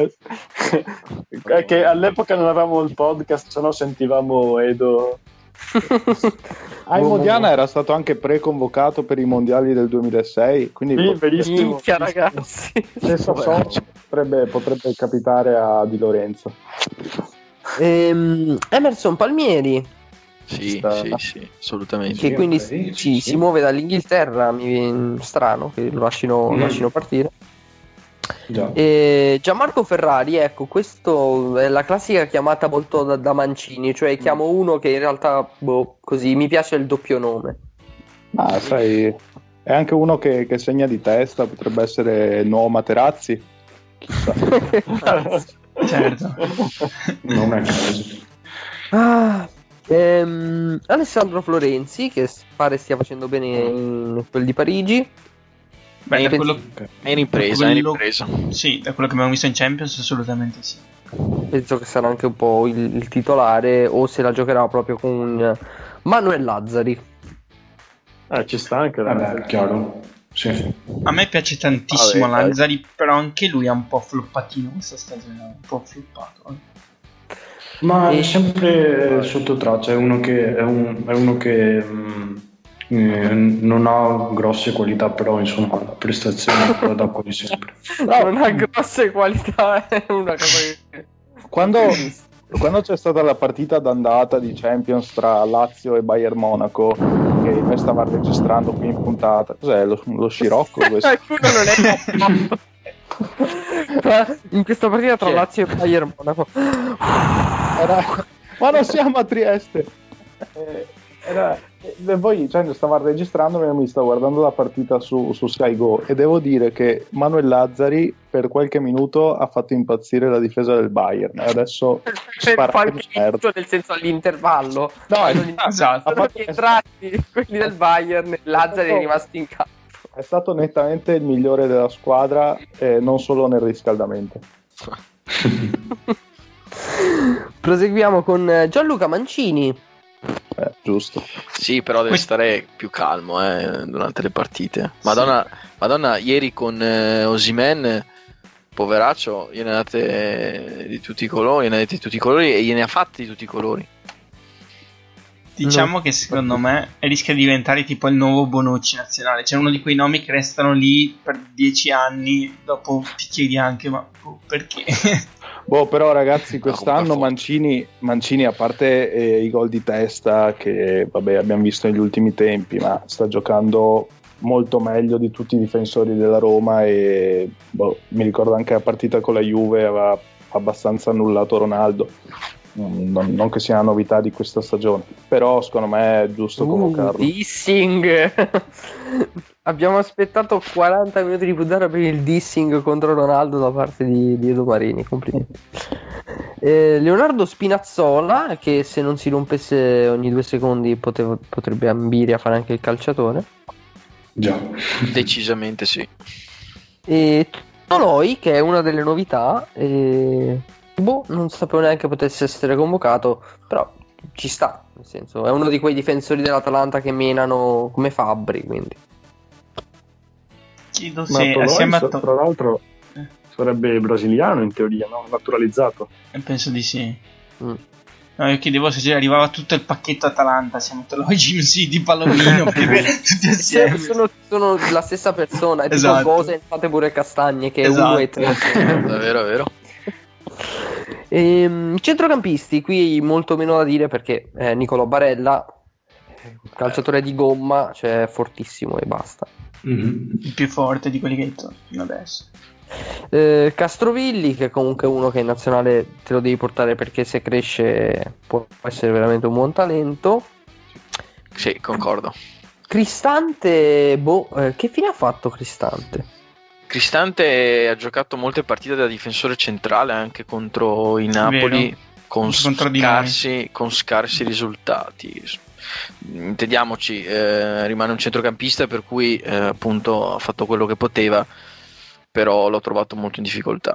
è che all'epoca non avevamo il podcast, se no sentivamo Edo. Aimo Diana era stato anche preconvocato per i mondiali del duemilasei, quindi Sì, verissimo. Minchia, ragazzi. stesso sorte potrebbe, potrebbe capitare a Di Lorenzo. Ehm, Emerson Palmieri, Sì, Sta- sì, sì, assolutamente. che Sì, quindi ok, si, sì, si sì. muove dall'Inghilterra, mi viene strano che lo lasciano, Mm. lasciano partire. Già. E Gianmarco Ferrari, ecco, questo è la classica chiamata molto da, da Mancini, cioè chiamo uno che in realtà, boh, così, mi piace il doppio nome. Ma sai, è anche uno che, che segna di testa, potrebbe essere il nuovo Materazzi. Chissà. Certo. Non è caso. Ah, ehm, Alessandro Florenzi, che pare stia facendo bene in quel di Parigi. Beh, da Pensi- quello, È in impresa, è in quello- impresa. sì, da quello che abbiamo visto in Champions assolutamente sì. Penso che sarà anche un po' il, il titolare, o se la giocherà proprio con Manuel Lazzari. Eh, ci sta anche la Vabbè, chiaro. Sì. A me piace tantissimo Vabbè, dai. Lazzari, però anche lui è un po' floppatino questa stagione, un po' floppato. eh. Ma E- è sempre sotto traccia, è uno che, è un- è uno che mh, eh, non ha grosse qualità, però insomma la prestazione la dà quasi sempre. Non ha grosse qualità, è una cosa che... Quando, quando c'è stata la partita d'andata di Champions tra Lazio e Bayern Monaco, che noi stavamo registrando qui in puntata, cos'è lo, lo scirocco questo? Qualcuno non è Ma in questa partita tra Chi è? Lazio e Bayern Monaco. Era- ma non siamo a Trieste. Eh, era- e poi cioè, stavo registrando e mi stavo guardando la partita su, su Sky Go e devo dire che Manuel Lazzari per qualche minuto ha fatto impazzire la difesa del Bayern e adesso Per spara qualche per merda. minuto, nel senso all'intervallo. No, è, Esatto. Sono rientrati quelli del Bayern, Lazzari è rimasto in campo. è stato nettamente il migliore della squadra, eh, non solo nel riscaldamento. Proseguiamo con eh, Gianluca Mancini. Eh, giusto. Sì, però deve stare più calmo eh, durante le partite. Madonna, Madonna ieri con eh, Osimhen, poveraccio, gliene date di tutti i colori, gliene date di tutti i colori e gliene ha fatti di tutti i colori. Diciamo No. che secondo me rischia di diventare tipo il nuovo Bonucci nazionale. C'è uno di quei nomi che restano lì per dieci anni. Dopo ti chiedi anche, ma oh, perché? Boh, però ragazzi, No, un po' quest'anno forte. Mancini, Mancini, a parte eh, i gol di testa che vabbè abbiamo visto negli ultimi tempi, ma sta giocando molto meglio di tutti i difensori della Roma e boh, mi ricordo anche la partita con la Juve aveva abbastanza annullato Ronaldo. Non, non che sia una novità di questa stagione, però secondo me è giusto Uh, convocarlo. dissing. Abbiamo aspettato quaranta minuti di puntata per il dissing contro Ronaldo da parte di, di Edo Marini. Complimenti. Eh, Leonardo Spinazzola, che se non si rompesse ogni due secondi poteva- potrebbe ambire a fare anche il calciatore. Già. Decisamente sì. E Toloi, che è una delle novità. E... Boh, non sapevo neanche potesse essere convocato, però ci sta, nel senso, è uno di quei difensori dell'Atalanta che menano come Fabbri, quindi. Chiedo Ma se Toloi, assieme a so- To- tra l'altro, Eh. sarebbe brasiliano in teoria, no? Naturalizzato. eh, penso di sì. Mm. No, io chiedevo se arrivava tutto il pacchetto Atalanta, siamo Toloi, Jim City, Palomino, perché tutti assieme. sono, sono la stessa persona, è tipo Esatto. Gose e fate pure Castagne, che è Esatto. uno e tre. Davvero, vero. Ehm, centrocampisti, qui molto meno da dire perché eh, Nicolò Barella, calciatore di gomma, cioè fortissimo e basta. Mhm. Il più forte di quelli che hai detto fino adesso. Eh, Castrovilli, che è comunque uno che in nazionale te lo devi portare perché se cresce può essere veramente un buon talento. Sì, concordo. Cristante, boh, eh, che fine ha fatto Cristante? Cristante ha giocato molte partite da difensore centrale anche contro il Napoli Vero. con Contro di noi. scarsi, con scarsi risultati. Intendiamoci, eh, rimane un centrocampista per cui eh, appunto ha fatto quello che poteva, però l'ho trovato molto in difficoltà.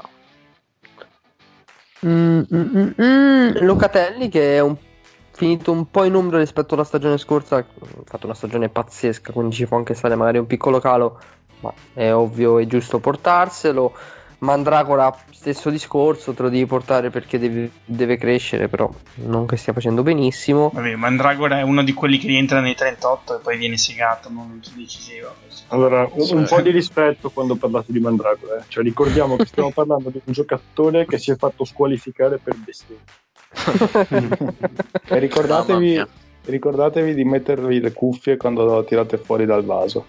Mm, mm, mm, mm. Locatelli, che è un- finito un po' in ombra rispetto alla stagione scorsa, ha fatto una stagione pazzesca, quindi ci può anche stare magari un piccolo calo, ma è ovvio e giusto portarselo. Mandragora, stesso discorso, te lo devi portare perché devi- deve crescere, però non che stia facendo benissimo. Vabbè, Mandragora è uno di quelli che rientra nei trentotto e poi viene segato, momento decisivo. Allora, un, un po' di rispetto quando parlate di Mandragora. Eh. Cioè, ricordiamo che stiamo parlando di un giocatore che si è fatto squalificare per bestemmie. E ricordatevi, Mamma mia. ricordatevi di mettervi le cuffie quando lo tirate fuori dal vaso.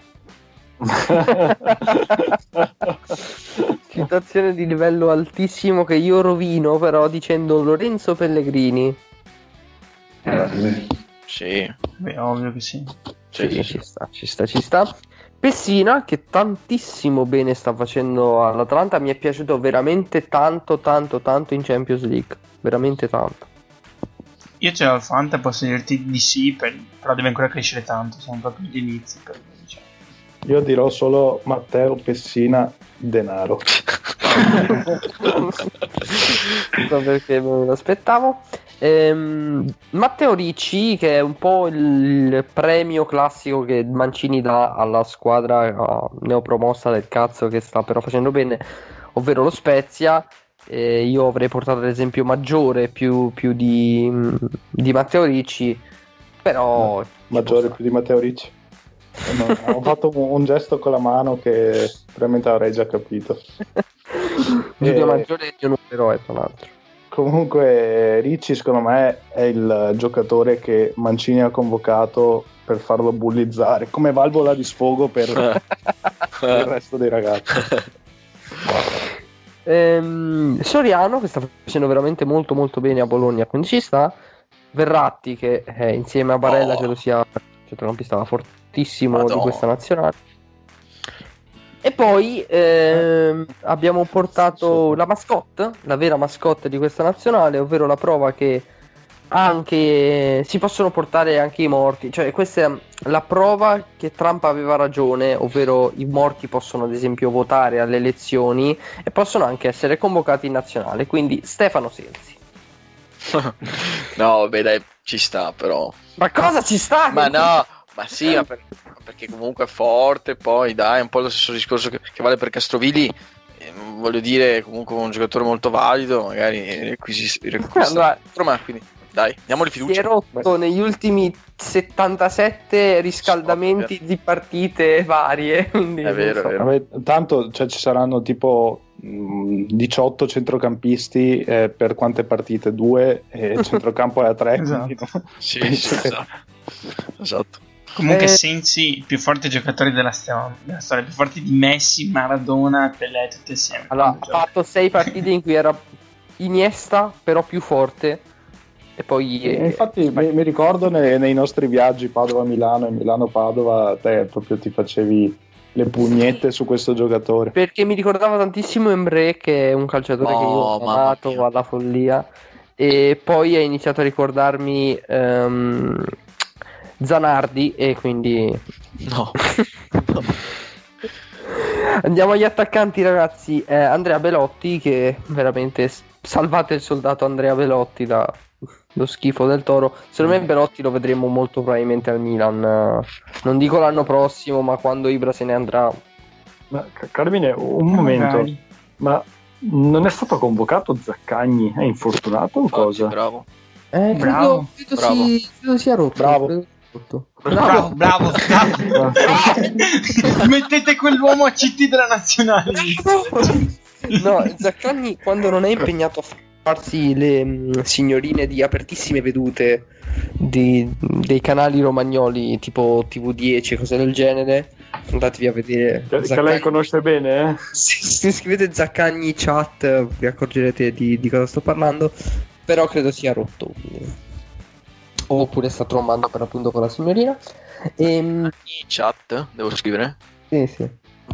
Citazione di livello altissimo che io rovino però dicendo Lorenzo Pellegrini. Grande. Sì, Beh, ovvio che sì. sì, Sì, sì, ci sta, ci sta, ci sta. Pessina, che tantissimo bene sta facendo all'Atalanta, mi è piaciuto veramente tanto, tanto, tanto in Champions League. Veramente tanto. Io c'ho il Fanta, posso dirti di sì, per- però deve ancora crescere tanto, siamo proprio agli inizi. Per me, diciamo. Io dirò solo Matteo Pessina denaro. Non so perché me lo aspettavo. Ehm, Matteo Ricci, che è un po' il premio classico che Mancini dà alla squadra eh, neopromossa del cazzo che sta però facendo bene, ovvero lo Spezia. Eh, io avrei portato l'esempio maggiore più, più di, di Matteo Ricci, però Maggiore più di Matteo Ricci. No, ho fatto un, un gesto con la mano che probabilmente avrei già capito. Giulio Eh, Maggiore è un eroe, tra l'altro. Comunque Ricci secondo me è il giocatore che Mancini ha convocato per farlo bullizzare come valvola di sfogo per, per il resto dei ragazzi. Ehm, Soriano, che sta facendo veramente molto molto bene a Bologna, quindi ci sta. Verratti, che eh, insieme a Barella Oh. credo sia centrocampista fortissimo Madonna. di questa nazionale. E poi ehm, abbiamo portato la mascotte, la vera mascotte di questa nazionale, ovvero la prova che anche si possono portare anche i morti, cioè questa è la prova che Trump aveva ragione, ovvero i morti possono ad esempio votare alle elezioni e possono anche essere convocati in nazionale, quindi Stefano Sensi. No, vabbè, dai, ci sta però. Ma cosa ci sta? Ma no, ma sì, ma per- perché comunque è forte, poi dai, è un po' lo stesso discorso che, che vale per Castrovilli. eh, Voglio dire, comunque un giocatore molto valido, magari requisi- Allora, ma quindi dai, diamogli si è fiducia. rotto negli ultimi settantasette riscaldamenti di partite varie. Quindi È vero, è vero. Vabbè, tanto cioè, ci saranno tipo mh, diciotto centrocampisti eh, per quante partite? Due e il centrocampo è a tre. Esatto. quindi no? Sì, Penso che- esatto. Esatto. Comunque Eh. Sensi, il più forte giocatore della storia, della storia, più forte di Messi, Maradona, Pelé, tutti assieme. Allora, Quando ha gioca. fatto sei partite in cui era Iniesta, però più forte. E poi E infatti mi, mi ricordo nei, nei nostri viaggi Padova-Milano e Milano-Padova, te proprio ti facevi le pugnette su questo giocatore. perché mi ricordava tantissimo Emre, che è un calciatore che io Oh, ho mamma amato mia. alla follia. E poi ha iniziato a ricordarmi ehm, Zanardi, e quindi No. andiamo agli attaccanti, ragazzi. Eh, Andrea Belotti, che veramente s- salvate il soldato Andrea Belotti da lo schifo del Toro. Secondo me Belotti lo vedremo molto probabilmente al Milan, eh, non dico l'anno prossimo, ma quando Ibra se ne andrà. Ma, Ca- Carmine, un momento, Magari. ma non è stato convocato Zaccagni? È infortunato o Oddio, cosa? bravo. Eh, credo, Bravo, credo bravo. si- credo sia rotto. Bravo. credo sia rotto. Bravo, bravo, bravo. Mettete quell'uomo a C T della nazionale. No, Zaccagni quando non è impegnato a farsi le mh, signorine di apertissime vedute di- dei canali romagnoli tipo T V dieci e cose del genere, andatevi a vedere Che, che Zaccagni. lei conosce bene, eh? Se, se scrivete Zaccagni chat vi accorgerete di, di cosa sto parlando, però credo sia rotto, quindi. Oppure sta trombando per appunto con la signorina. Ehm, In chat devo scrivere. Sì, sì.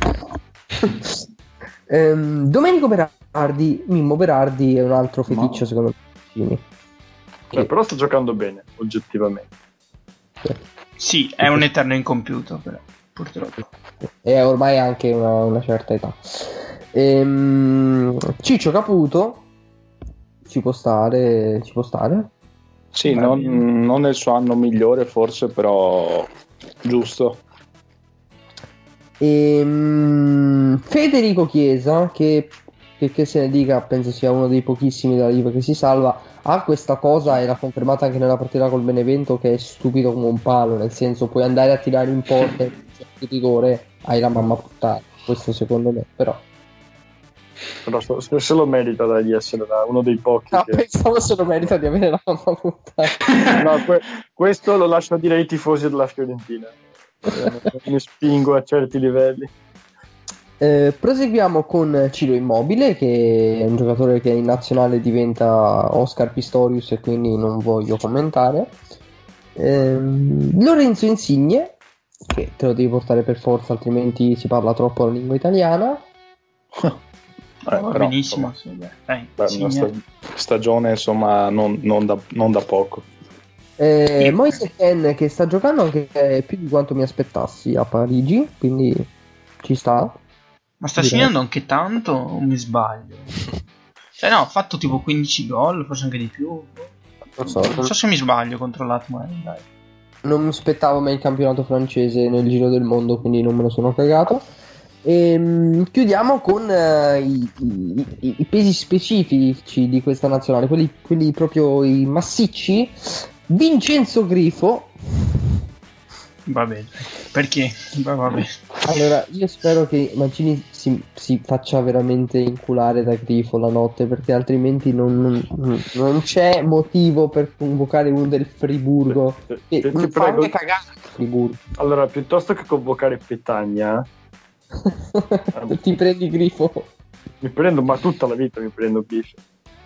Ehm, Domenico Berardi, Mimmo Berardi è un altro feticcio No. secondo me. Beh, però sta giocando bene, oggettivamente. Sì, è un eterno incompiuto, però, purtroppo. E ormai anche una, una certa età. Ehm, Ciccio Caputo ci può stare, ci può stare. Sì, non, non nel suo anno migliore forse, però giusto. Ehm, Federico Chiesa, che, che, che se ne dica, penso sia uno dei pochissimi della Juve che si salva, ha questa cosa e l'ha confermata anche nella partita col Benevento, che è stupido come un palo, nel senso puoi andare a tirare in porta e se c'è il rigore hai la mamma puttana, questo secondo me, però Però se, se- se lo merita da- di essere da- uno dei pochi. no, che- pensavo se lo merita di avere la mamma puttana. No, que- questo lo lascio dire ai tifosi della Fiorentina. Eh, Mi spingo a certi livelli. Eh, proseguiamo con Ciro Immobile, che è un giocatore che in nazionale diventa Oscar Pistorius e quindi non voglio commentare. Ehm, Lorenzo Insigne, che te lo devi portare per forza, altrimenti si parla troppo la lingua italiana. Eh, Va però, benissimo. insomma, Sì, beh, dai, beh, sì, una eh. sta- stagione insomma non, non da, non da poco. Eh, Moise Kean, che sta giocando anche più di quanto mi aspettassi a Parigi, quindi ci sta. Ma sta Direi. segnando anche tanto o mi sbaglio? Cioè no, ha fatto tipo quindici gol, forse anche di più. Non so, Non so se mi sbaglio contro l'Atmo, eh, dai. non mi aspettavo mai il campionato francese nel giro del mondo, quindi non me lo sono cagato. Ehm, chiudiamo con eh, i, i- i- i pesi specifici di questa nazionale, quelli, quelli proprio i massicci. Vincenzo Grifo. Vabbè, perché? Va- Vabbè. Allora, io spero che Mancini si, si faccia veramente inculare da Grifo la notte, perché altrimenti non, non- non c'è motivo per convocare uno del Friburgo. Ti, E ti- ti mi fa prego. anche cagare il Friburgo. Allora, piuttosto che convocare Petagna, Ti prendi Grifo. mi prendo, ma tutta la vita mi prendo Biff.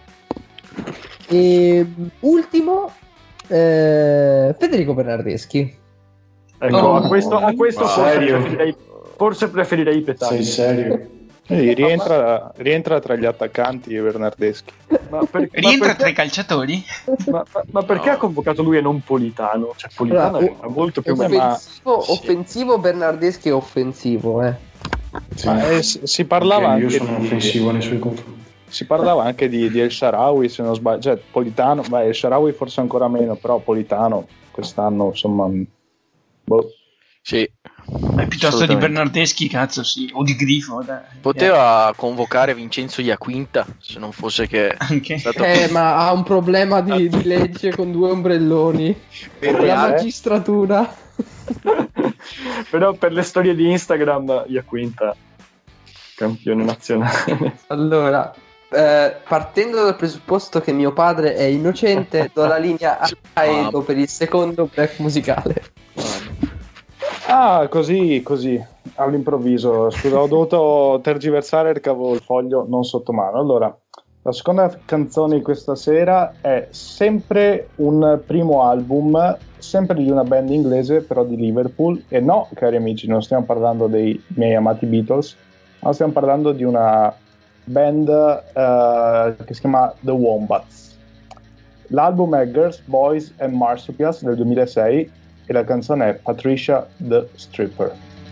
E ultimo, eh, Federico Bernardeschi. Ecco, Oh, a questo, a questo ma forse, serio? preferirei, forse preferirei Petagna. Sei serio? Quindi rientra, rientra tra gli attaccanti e Bernardeschi. Ma, per- ma Rientra perché, tra i calciatori? ma- ma- ma perché No. ha convocato lui e non Politano? Cioè, Politano Allora, è molto più Vabbè, bello. ma- Offensivo, sì. offensivo Bernardeschi è offensivo, eh. Sì. Ma, eh, si si parlava Anche anche io sono di- offensivo nei suoi confronti. Si parlava anche di, di El Shaarawy, se non sbaglio, cioè Politano, beh, El Shaarawy forse ancora meno, però Politano quest'anno, insomma, boh. Sì. Beh, piuttosto di Bernardeschi, cazzo, sì, o di Grifo. Dai. Poteva convocare Vincenzo Iaquinta, se non fosse che Anche. è stato... Eh, ma ha un problema di, di legge con due ombrelloni. Per La reale. magistratura. Però per le storie di Instagram, Iaquinta, campione nazionale. Allora, eh, partendo dal presupposto che mio padre è innocente, do la linea a a Edo per il secondo break musicale. Ah, così, così, all'improvviso. Scusa, ho dovuto tergiversare perché avevo il foglio non sotto mano. Allora, la seconda canzone di questa sera è sempre un primo album, sempre di una band inglese, però di Liverpool. E no, cari amici, non stiamo parlando dei miei amati Beatles, ma stiamo parlando di una band eh, che si chiama The Wombats. L'album è Girls, Boys and Marsupials del duemilasei e la canzone è Patricia the Stripper.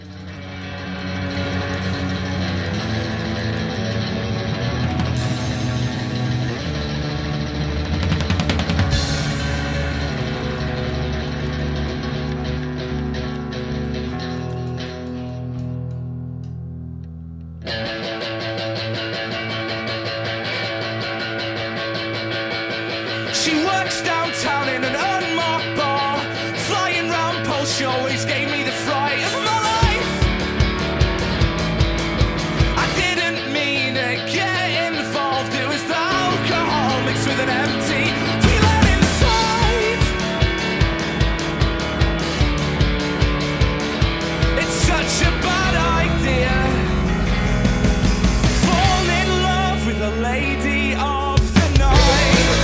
She works downtown in an unmarked bar, flying round posts. She always gave me the fright of my life. I didn't mean to get involved. It was the alcohol mixed with an empty feeling inside. It's such a bad idea. Fall in love with a lady of the night.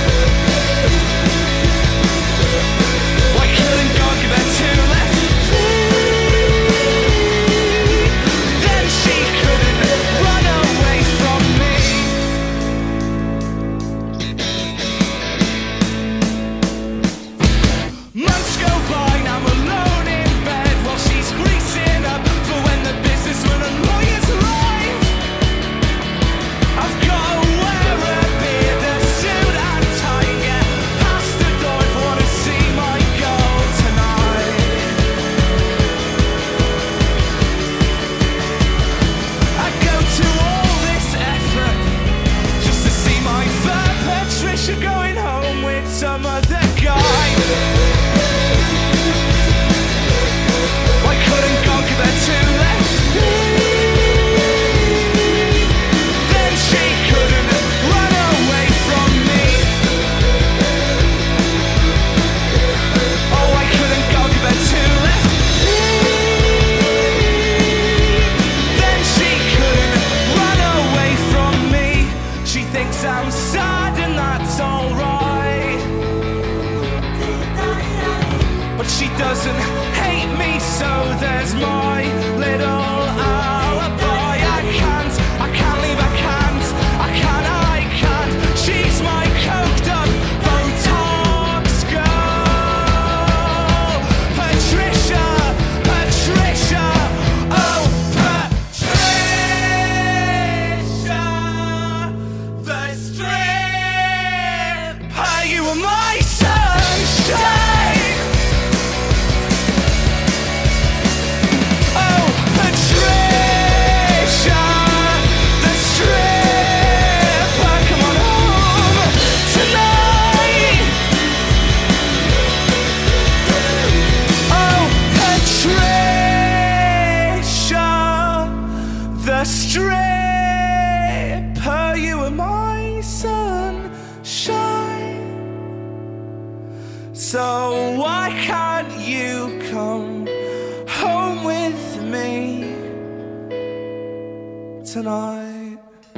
Why couldn't God give her two left feet? Then she couldn't run away from me. Months go by, now I'm alone in bed while she's greasing up for when the businessman and lawyers arrive. I've got to wear a beard, a suit and tie, and get past the door if I want to see my girl tonight. I go to all this effort just to see my fair Patricia going home with some other guy. Why couldn't God give her two left feet? Then she couldn't run away from me. Oh, why couldn't God give her two left feet? Then she couldn't run away from me. She thinks I'm sad and that's alright, but she doesn't hate me, so there's my little alibi. I can't, I can't leave, I can't, I can't, I can't. She's my coked up Botox girl. Patricia, Patricia, oh Patricia, the stripper. You were my sunshine. Oh, Patricia, the stripper, come on home tonight. Oh, Patricia, the stripper, you were my sunshine. So why can't you come home with me tonight?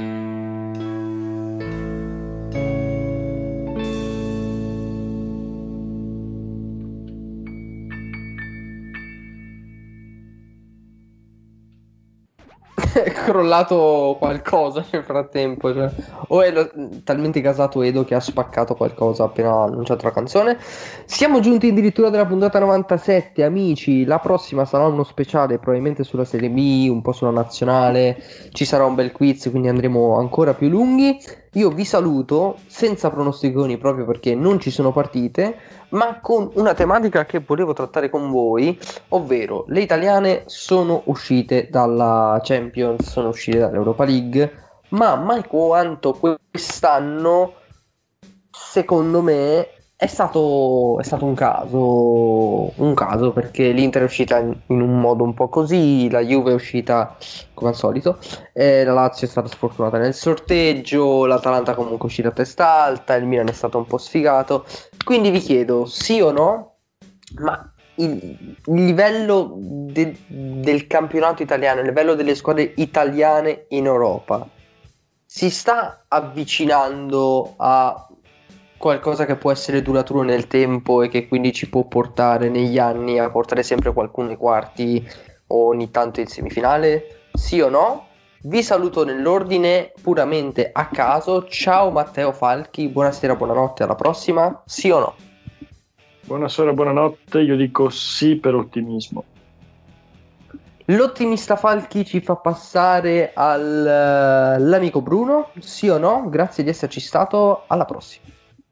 È crollato qualcosa nel frattempo, cioè. O è lo- talmente gasato Edo che ha spaccato qualcosa appena annunciato la canzone. Siamo giunti addirittura della puntata novantasette, amici. La prossima sarà uno speciale probabilmente sulla Serie B, un po' sulla nazionale. Ci sarà un bel quiz, quindi andremo ancora più lunghi. io vi saluto senza pronosticoni proprio perché non ci sono partite, ma con una tematica che volevo trattare con voi, ovvero le italiane sono uscite dalla Champions, sono uscite dall'Europa League, ma mai quanto quest'anno, secondo me, è stato, è stato un caso, un caso perché l'Inter è uscita in, in un modo un po' così, la Juve è uscita come al solito, eh, la Lazio è stata sfortunata nel sorteggio, l'Atalanta comunque è uscita a testa alta, il Milan è stato un po' sfigato, quindi vi chiedo sì o no, ma il, il livello de, del campionato italiano, il livello delle squadre italiane in Europa si sta avvicinando a qualcosa che può essere duraturo nel tempo e che quindi ci può portare negli anni a portare sempre qualcuno ai quarti o ogni tanto in semifinale? Sì o no? Vi saluto nell'ordine puramente a caso. Ciao Matteo Falchi, buonasera, buonanotte, alla prossima. Sì o no? Buonasera, buonanotte, io dico sì per ottimismo. L'ottimista Falchi ci fa passare all'amico Bruno. Sì o no? Grazie di esserci stato, alla prossima.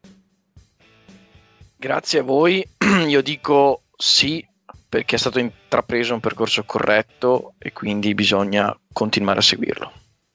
Grazie a voi, io dico sì perché è stato intrapreso un percorso corretto e quindi bisogna continuare a seguirlo.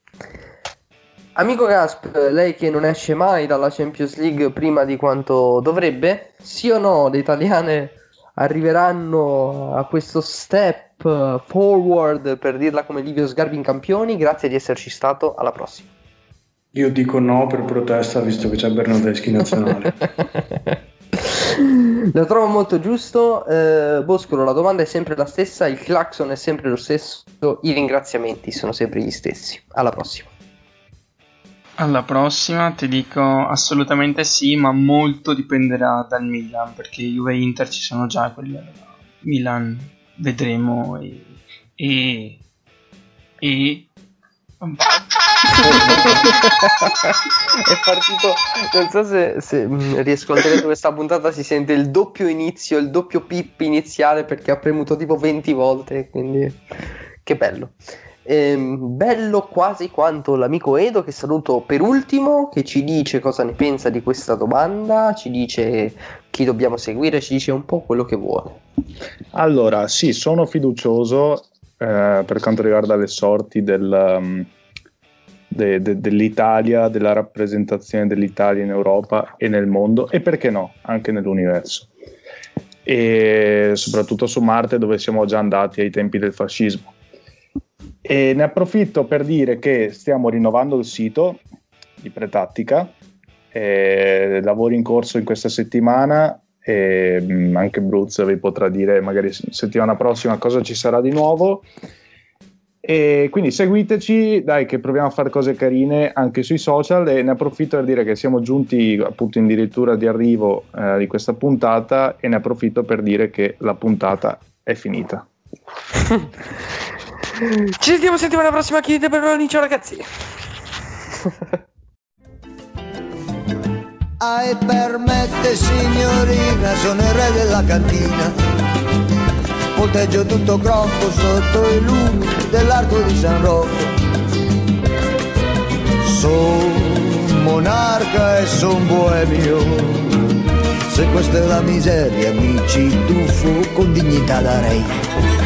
Amico Gasp, lei che non esce mai dalla Champions League prima di quanto dovrebbe, sì o no le italiane arriveranno a questo step forward, per dirla come Livio Sgarbi in Campioni? Grazie di esserci stato, alla prossima. Io dico no per protesta visto che c'è Bernardeschi in nazionale. Lo trovo molto giusto. eh, Boscolo, la domanda è sempre la stessa, il clacson è sempre lo stesso, i ringraziamenti sono sempre gli stessi. Alla prossima. Alla prossima ti dico assolutamente sì, ma molto dipenderà dal Milan, perché Juve e Inter ci sono già, quel Milan vedremo e e, e... È partito, non so se, se mh, riascolterete questa puntata, si sente il doppio inizio, il doppio pip iniziale perché ha premuto tipo venti volte, quindi che bello. Ehm, bello quasi quanto l'amico Edo, che saluto per ultimo, che ci dice cosa ne pensa di questa domanda, ci dice chi dobbiamo seguire, ci dice un po' quello che vuole. Allora, sì, sono fiducioso eh, per quanto riguarda le sorti del, um, de, de, dell'Italia, della rappresentazione dell'Italia in Europa e nel mondo, e perché no, anche nell'universo. E soprattutto su Marte, dove siamo già andati ai tempi del fascismo. E ne approfitto per dire che stiamo rinnovando il sito di Pretattica, eh, lavori in corso in questa settimana, e mh, anche Bruz vi potrà dire magari settimana prossima cosa ci sarà di nuovo, e quindi seguiteci, dai, che proviamo a fare cose carine anche sui social. E ne approfitto per dire che siamo giunti appunto addirittura di arrivo eh, di questa puntata, e ne approfitto per dire che la puntata è finita. Ci sentiamo settimana prossima, chiedete per ora, ciao ragazzi. Ai permette signorina, sono il re della cantina, volteggio tutto groppo sotto i lumi dell'arco di San Rocco. Son monarca e son boemio, se questa è la miseria mi ci tuffo con dignità da re.